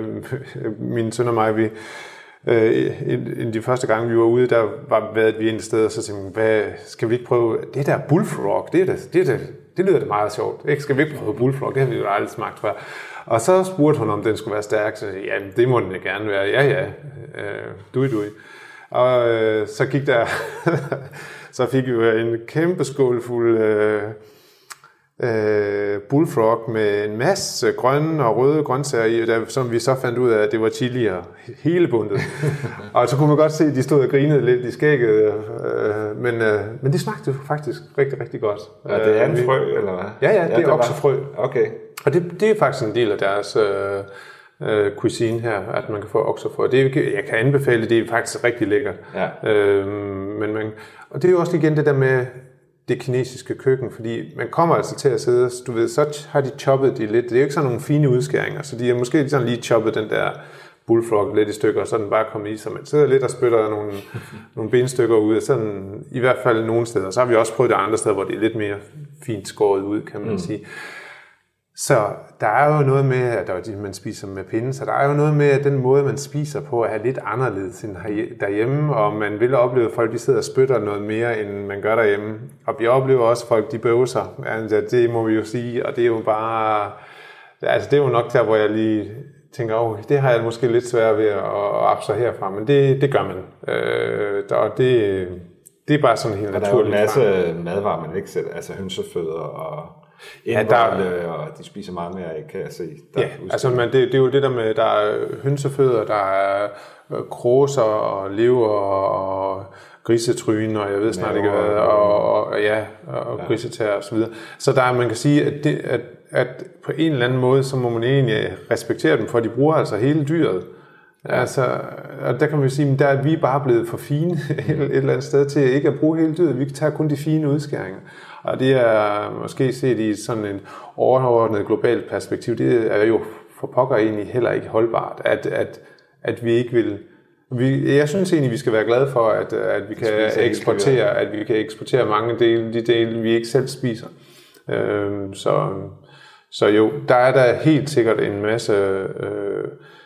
Min søn og mig, vi Øh, en de første gange vi var ude, der var været vi ind et sted, og så tænkte vi, hvad, skal vi ikke prøve det der bullfrog, det, er det, det, er det, det lyder det meget sjovt, ikke? Skal vi ikke prøve bullfrog, det har vi jo aldrig smagt før. Og så spurgte hun, om den skulle være stærk, så ja, det må den gerne være, ja ja, øh, dui dui. Og øh, så gik der, så fik vi en kæmpe skål fuld øh, Uh, bullfrog med en masse grønne og røde grøntsager i, der, som vi så fandt ud af, at det var chili og hele bundet. Og så kunne man godt se, at de stod og grinede lidt i skægget, uh, men, uh, men det smagte faktisk rigtig, rigtig godt.
Ja, det er en frø, eller hvad?
Ja, ja, det ja, er oksefrø.
Okay.
Og det, det er faktisk en del af deres, uh, øh, cuisine her, at man kan få okserfrø. Det jeg kan anbefale, det er faktisk rigtig lækkert. Ja. Øh, men man, og det er jo også igen det der med det kinesiske køkken, fordi man kommer altså til at sidde, du ved, så har de choppet de lidt. Det er jo ikke sådan nogle fine udskæringer, så de har måske sådan lige choppet den der bullfrog lidt i stykker, og så er den bare kommet i, så man sidder lidt og spytter nogle, nogle benstykker ud, og sådan i hvert fald nogle steder. Så har vi også prøvet det andre steder, hvor det er lidt mere fint skåret ud, kan man mm. sige. Så der er jo noget med, at man spiser med pinde, så der er jo noget med, at den måde, man spiser på, er lidt anderledes end derhjemme, og man vil opleve, at folk de sidder og spytter noget mere, end man gør derhjemme. Og vi oplever også, at folk de bøvser. Altså, det må vi jo sige, og det er jo bare... Altså, det er jo nok der, hvor jeg lige tænker, åh, det har jeg måske lidt svært ved at abstrahere herfra, men det, det gør man. Øh, og det, det er bare sådan helt naturligt.
Der er jo en masse madvarer, man ikke sætter, altså hønsefødder og... Ja, der, og de spiser meget mere af, kan jeg se.
Der ja, altså man, det, det er jo det der med, der er hønsefødder, der er kråser og lever og grisetryne, og jeg ved snart ikke hvad, og, og ja, og ja. grisetær og så videre. Så der man kan sige, at, det, at, at på en eller anden måde, så må man egentlig respektere dem, for de bruger altså hele dyret. Ja. Altså, og der kan man jo sige, at der er vi bare blevet for fine et, et eller andet sted til ikke at bruge hele dyret. Vi tager kun de fine udskæringer. Og det er måske set i sådan en overordnet globalt perspektiv, det er jo for pokker egentlig heller ikke holdbart, at, at, at vi ikke vil... Vi, jeg synes egentlig, vi skal være glade for, at, at vi kan eksportere, at vi kan eksportere mange dele, de dele, vi ikke selv spiser. Øhm, så, så jo, der er der helt sikkert en masse øh,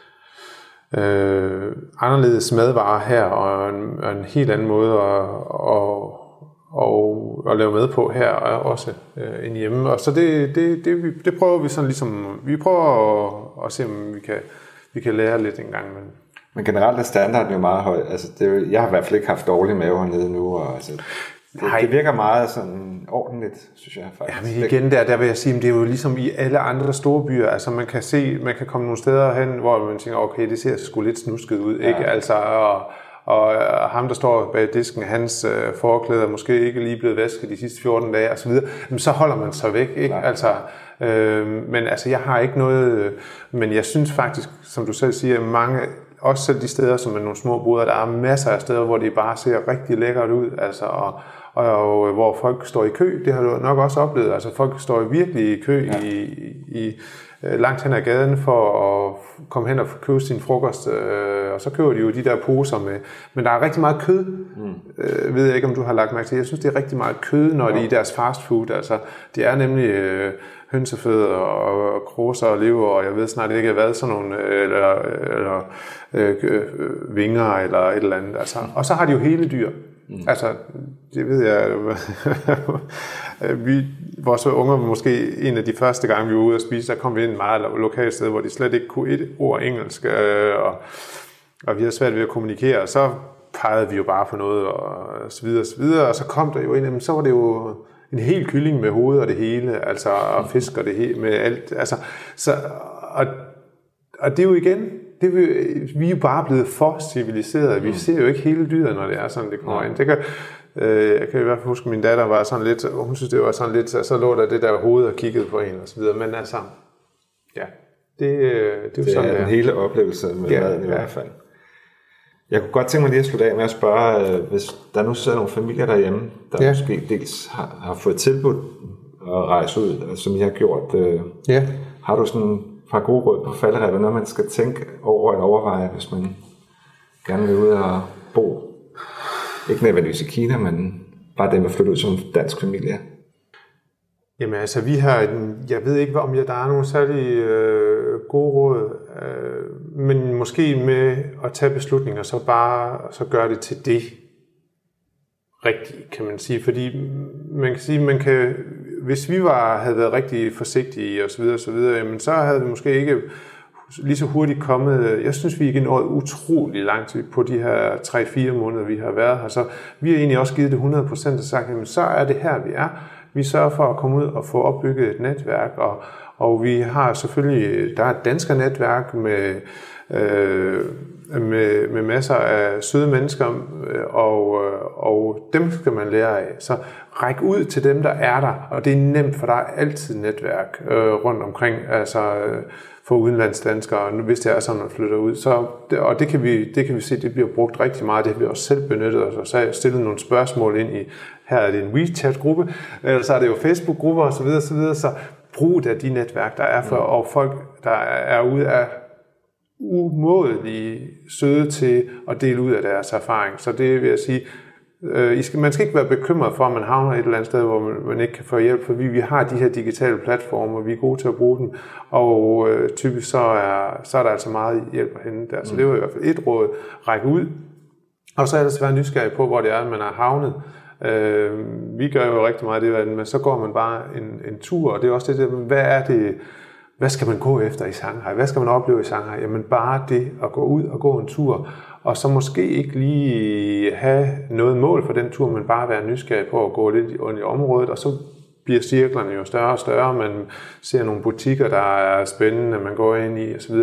øh, anderledes madvarer her, og en, og en helt anden måde at... at og at lave med på her også øh, end hjemme. Og så det, det, det, det prøver vi sådan ligesom, vi prøver at, at se, om vi kan, vi kan lære lidt en gang. Men,
men generelt er standarden jo meget høj. Altså, det er jo, jeg har i hvert fald ikke haft dårlig mave hernede nu. Og, altså, det, det virker meget sådan ordentligt, synes jeg faktisk.
Ja, men igen der, der vil jeg sige, at det er jo ligesom i alle andre store byer. Altså man kan se, man kan komme nogle steder hen, hvor man tænker, okay, det ser sgu lidt snusket ud, ja. Ikke? Altså, og, Og ham, der står bag disken, hans øh, forklæder er måske ikke lige blevet vasket de sidste fjorten dage og så videre, men så holder man sig væk, ikke? Altså, øh, men altså, jeg har ikke noget, øh, men jeg synes faktisk, som du selv siger, mange, også selv de steder, som er nogle små boder, der er masser af steder, hvor det bare ser rigtig lækkert ud, altså, og, og, og hvor folk står i kø, det har du nok også oplevet, altså folk står virkelig i kø ja. i, i langt hen ad gaden for at komme hen og købe sin frokost, øh, og så køber de jo de der poser med. Men der er rigtig meget kød, mm. øh, ved jeg ikke, om du har lagt mærke til. Jeg synes, det er rigtig meget kød, når ja. det er i deres fast food. Altså, det er nemlig øh, hønsefødder og kråser og lever, og jeg ved snart ikke, hvad sådan nogle, eller, eller øh, øh, vinger eller et eller andet. Altså, og så har de jo hele dyr. Mm. Altså, det ved jeg, vi, vores unger var måske en af de første gange, vi var ude at spise, der kom vi ind et meget lokalt sted, hvor de slet ikke kunne et ord engelsk, og, og vi havde svært ved at kommunikere, og så pegede vi jo bare på noget, og så videre, og så videre, og så kom der jo ind, så var det jo en hel kylling med hoved og det hele, altså, og fisk og det hele, med alt, altså, så, og, og det er jo igen, det vi, vi er jo bare blevet for civiliserede. Vi ser jo ikke hele dyret, når det er sådan, det kommer ind. Det kan, øh, jeg kan i hvert fald huske, at min datter var sådan lidt, hun synes, det var sådan lidt, så lå der det der hoved og kiggede på hende og så videre. Men altså, ja, det, det er jo
det sådan, det er. Det er en hele oplevelse med ja, maden i ja. hvert fald. Jeg kunne godt tænke mig lige at slutte af med at spørge, hvis der nu sidder nogle familier derhjemme, der ja. måske dels har, har fået tilbudt at rejse ud, som I har gjort. Øh, ja. Har du sådan fra gode råd på falderebet, når man skal tænke over at overveje, hvis man gerne vil ud og bo, ikke nødvendigvis i Kina, men bare dem at flytte ud som dansk familie?
Jamen altså, vi har, en, jeg ved ikke, om jeg, der er nogle særlig øh, gode råd, øh, men måske med at tage beslutninger, så bare så gøre det til det rigtigt, kan man sige. Fordi man kan sige, man kan, hvis vi var, havde været rigtig forsigtige og så videre, så videre, jamen så havde vi måske ikke lige så hurtigt kommet. Jeg synes, vi er nået utrolig langt på de her tre fire måneder, vi har været her. Så vi har egentlig også givet det hundrede procent og sagt, jamen så er det her, vi er. Vi sørger for at komme ud og få opbygget et netværk, og, og vi har selvfølgelig, der er et dansker netværk med øh, med, med masser af søde mennesker, og, og dem skal man lære af. Så ræk ud til dem, der er der, og det er nemt, for der er altid netværk øh, rundt omkring, altså øh, for udenlandsdanskere, hvis det er sådan, man flytter ud. Så, og det kan, vi, det kan vi se, det bliver brugt rigtig meget, det har vi også selv benyttet os, og så stillet nogle spørgsmål ind i, her er det en WeChat-gruppe, eller så er det jo Facebook-grupper osv., osv., så brug af de netværk, der er for, og folk, der er ude af umådeligt søde til at dele ud af deres erfaring. Så det vil jeg sige, øh, I skal, man skal ikke være bekymret for, at man havner et eller andet sted, hvor man, man ikke kan få hjælp, for vi, vi har de her digitale platforme, og vi er gode til at bruge dem, og øh, typisk så er, så er der altså meget hjælp at hente der. Så det var i hvert fald et råd, række ud, og så er det være nysgerrig på, hvor det er, man er havnet. Øh, vi gør jo rigtig meget det, men så går man bare en, en tur, og det er også det der, hvad er det, hvad skal man gå efter i Shanghai? Hvad skal man opleve i Shanghai? Jamen bare det at gå ud og gå en tur, og så måske ikke lige have noget mål for den tur, men bare være nysgerrig på at gå lidt i området, og så bliver cirklerne jo større og større. Man ser nogle butikker, der er spændende, man går ind i osv.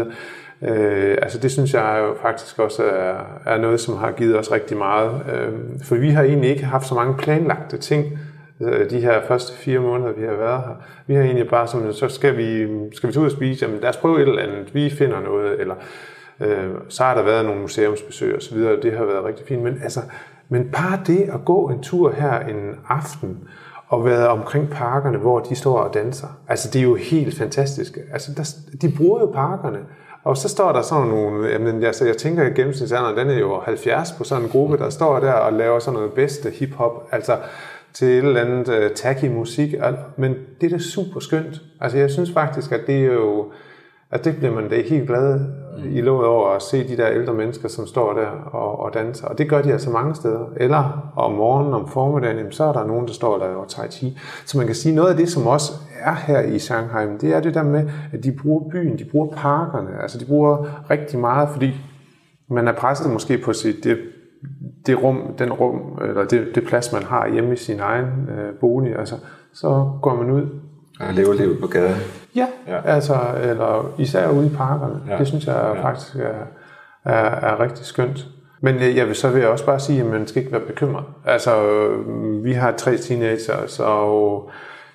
Øh, altså det synes jeg jo faktisk også er, er noget, som har givet os rigtig meget. Øh, for vi har egentlig ikke haft så mange planlagte ting, de her første fire måneder, vi har været her. Vi har egentlig bare sådan, så skal vi, skal vi tage ud og spise, jamen lad os prøve et eller andet, vi finder noget, eller øh, så har der været nogle museumsbesøg og så videre, det har været rigtig fint, men altså, men bare det at gå en tur her en aften, og være omkring parkerne, hvor de står og danser, altså det er jo helt fantastisk, altså der, de bruger jo parkerne, og så står der sådan nogle, jamen, altså, jeg tænker at gennemsnitsalderen, den er jo halvfjerds på sådan en gruppe, der står der og laver sådan noget bedste hiphop, altså til et eller andet uh, tacky musik, men det er da super skønt. Altså jeg synes faktisk, at det er jo, at det bliver man da helt glad i låget over at se de der ældre mennesker, som står der og, og danser, og det gør de altså mange steder. Eller om morgenen, om formiddagen, så er der nogen, der står der og tai chi. Så man kan sige, noget af det, som også er her i Shanghai, det er det der med, at de bruger byen, de bruger parkerne, altså de bruger rigtig meget, fordi man er presset måske på sit det, det rum, den rum, eller det, det plads, man har hjemme i sin egen øh, bolig, altså, så går man ud.
Og lever livet på gaden.
Ja, ja, altså, eller især ude i parkerne. Ja. Det synes jeg ja. faktisk er, er, er rigtig skønt. Men jeg vil så vil jeg også bare sige, at man skal ikke være bekymret. Altså, vi har tre teenager, så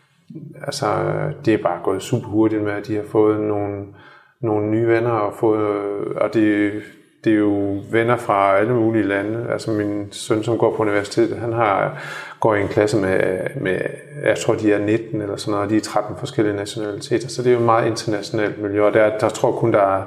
altså, det er bare gået super hurtigt med, at de har fået nogle, nogle nye venner, og, fået, og det Det er jo venner fra alle mulige lande. Altså min søn, som går på universitetet, han har, går i en klasse med, med, jeg tror de er nitten eller sådan noget, og de er tretten forskellige nationaliteter. Så det er jo et meget internationalt miljø, og der, der tror kun, der er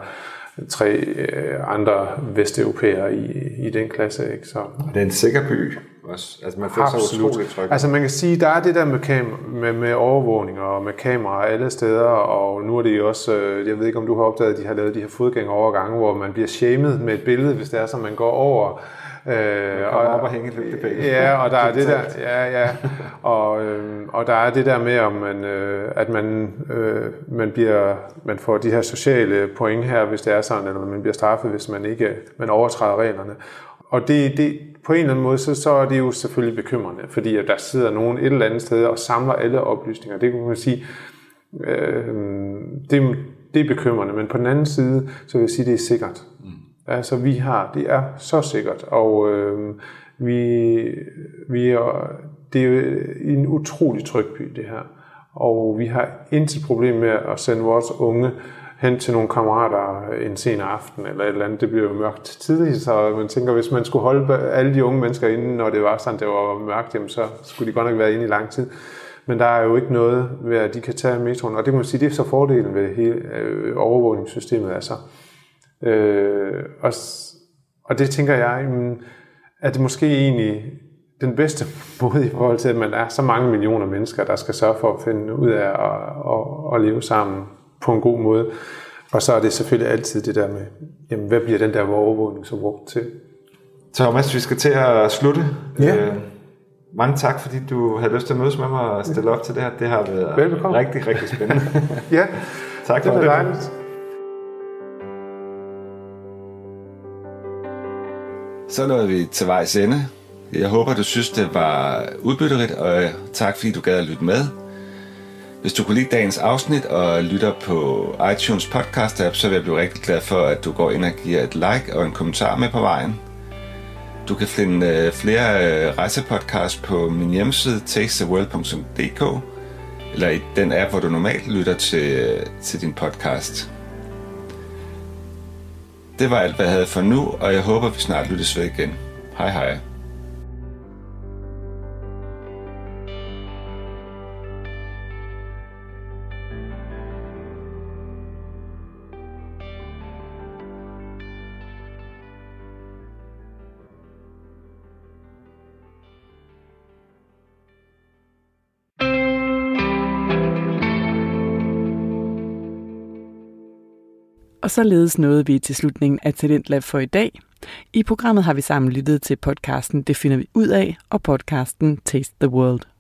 tre andre vesteuropæere i, i den klasse. Ikke? Så.
Det er en sikker by også. Altså man føler sig utroligt tryg.
Altså man kan sige, der er det der med, kam- med, med overvågning og med kameraer alle steder, og nu er det jo også, jeg ved ikke om du har opdaget, at de har lavet de her fodgængerovergange, hvor man bliver shamed med et billede, hvis det er, som man går over.
Øh, og op og hænge lidt tilbage.
Ja, og der er det der, ja, ja, og, øh, og der er det der med, om man, øh, at man, øh, man bliver, man får de her sociale point her, hvis det er sådan, eller man bliver straffet, hvis man ikke, man overtræder reglerne. Og det, det, på en eller anden måde, så, så er det jo selvfølgelig bekymrende, fordi at der sidder nogen et eller andet sted og samler alle oplysninger. Det kan man sige, øh, det, det er bekymrende, men på den anden side, så vil jeg sige, det er sikkert. Mm. Altså vi har, det er så sikkert, og øh, vi, vi er, det er jo en utrolig tryg by det her, og vi har intet problem med at sende vores unge hen til nogle kammerater en sen aften eller et eller andet. Det bliver jo mørkt tidligt, så man tænker, hvis man skulle holde alle de unge mennesker inde, når det var sådan, det var mørkt, jamen, så skulle de godt nok være inde i lang tid. Men der er jo ikke noget ved, at de kan tage metroen, og det må man sige, det er så fordelen ved hele øh, overvågningssystemet, altså. Øh, og, og det tænker jeg, at det måske egentlig den bedste måde i forhold til, at man er så mange millioner mennesker, der skal sørge for at finde ud af at, at, at leve sammen på en god måde. Og så er det selvfølgelig altid det der med, jamen, hvad bliver den der overvågning så brugt til?
Thomas, vi skal til at slutte.
Ja.
Øh, mange tak, fordi du havde lyst til at mødes med mig og stille op til det her. Det har været
Velbekomme.
rigtig, rigtig spændende.
Ja,
tak for
det. Det var dejligt.
Så nåede vi til vejs ende. Jeg håber, du synes, det var udbytterigt, og tak fordi du gad at lytte med. Hvis du kunne lide dagens afsnit og lytter på iTunes podcast app, så vil jeg blive rigtig glad for, at du går ind og giver et like og en kommentar med på vejen. Du kan finde flere rejsepodcasts på min hjemmeside taste the world punktum d k eller i den app, hvor du normalt lytter til, til din podcast. Det var alt, hvad jeg havde for nu, og jeg håber, vi snart lyttes ved igen. Hej hej.
Og således nåede vi til slutningen af Talentlab for i dag. I programmet har vi sammen lyttet til podcasten Det finder vi ud af og podcasten Taste the World.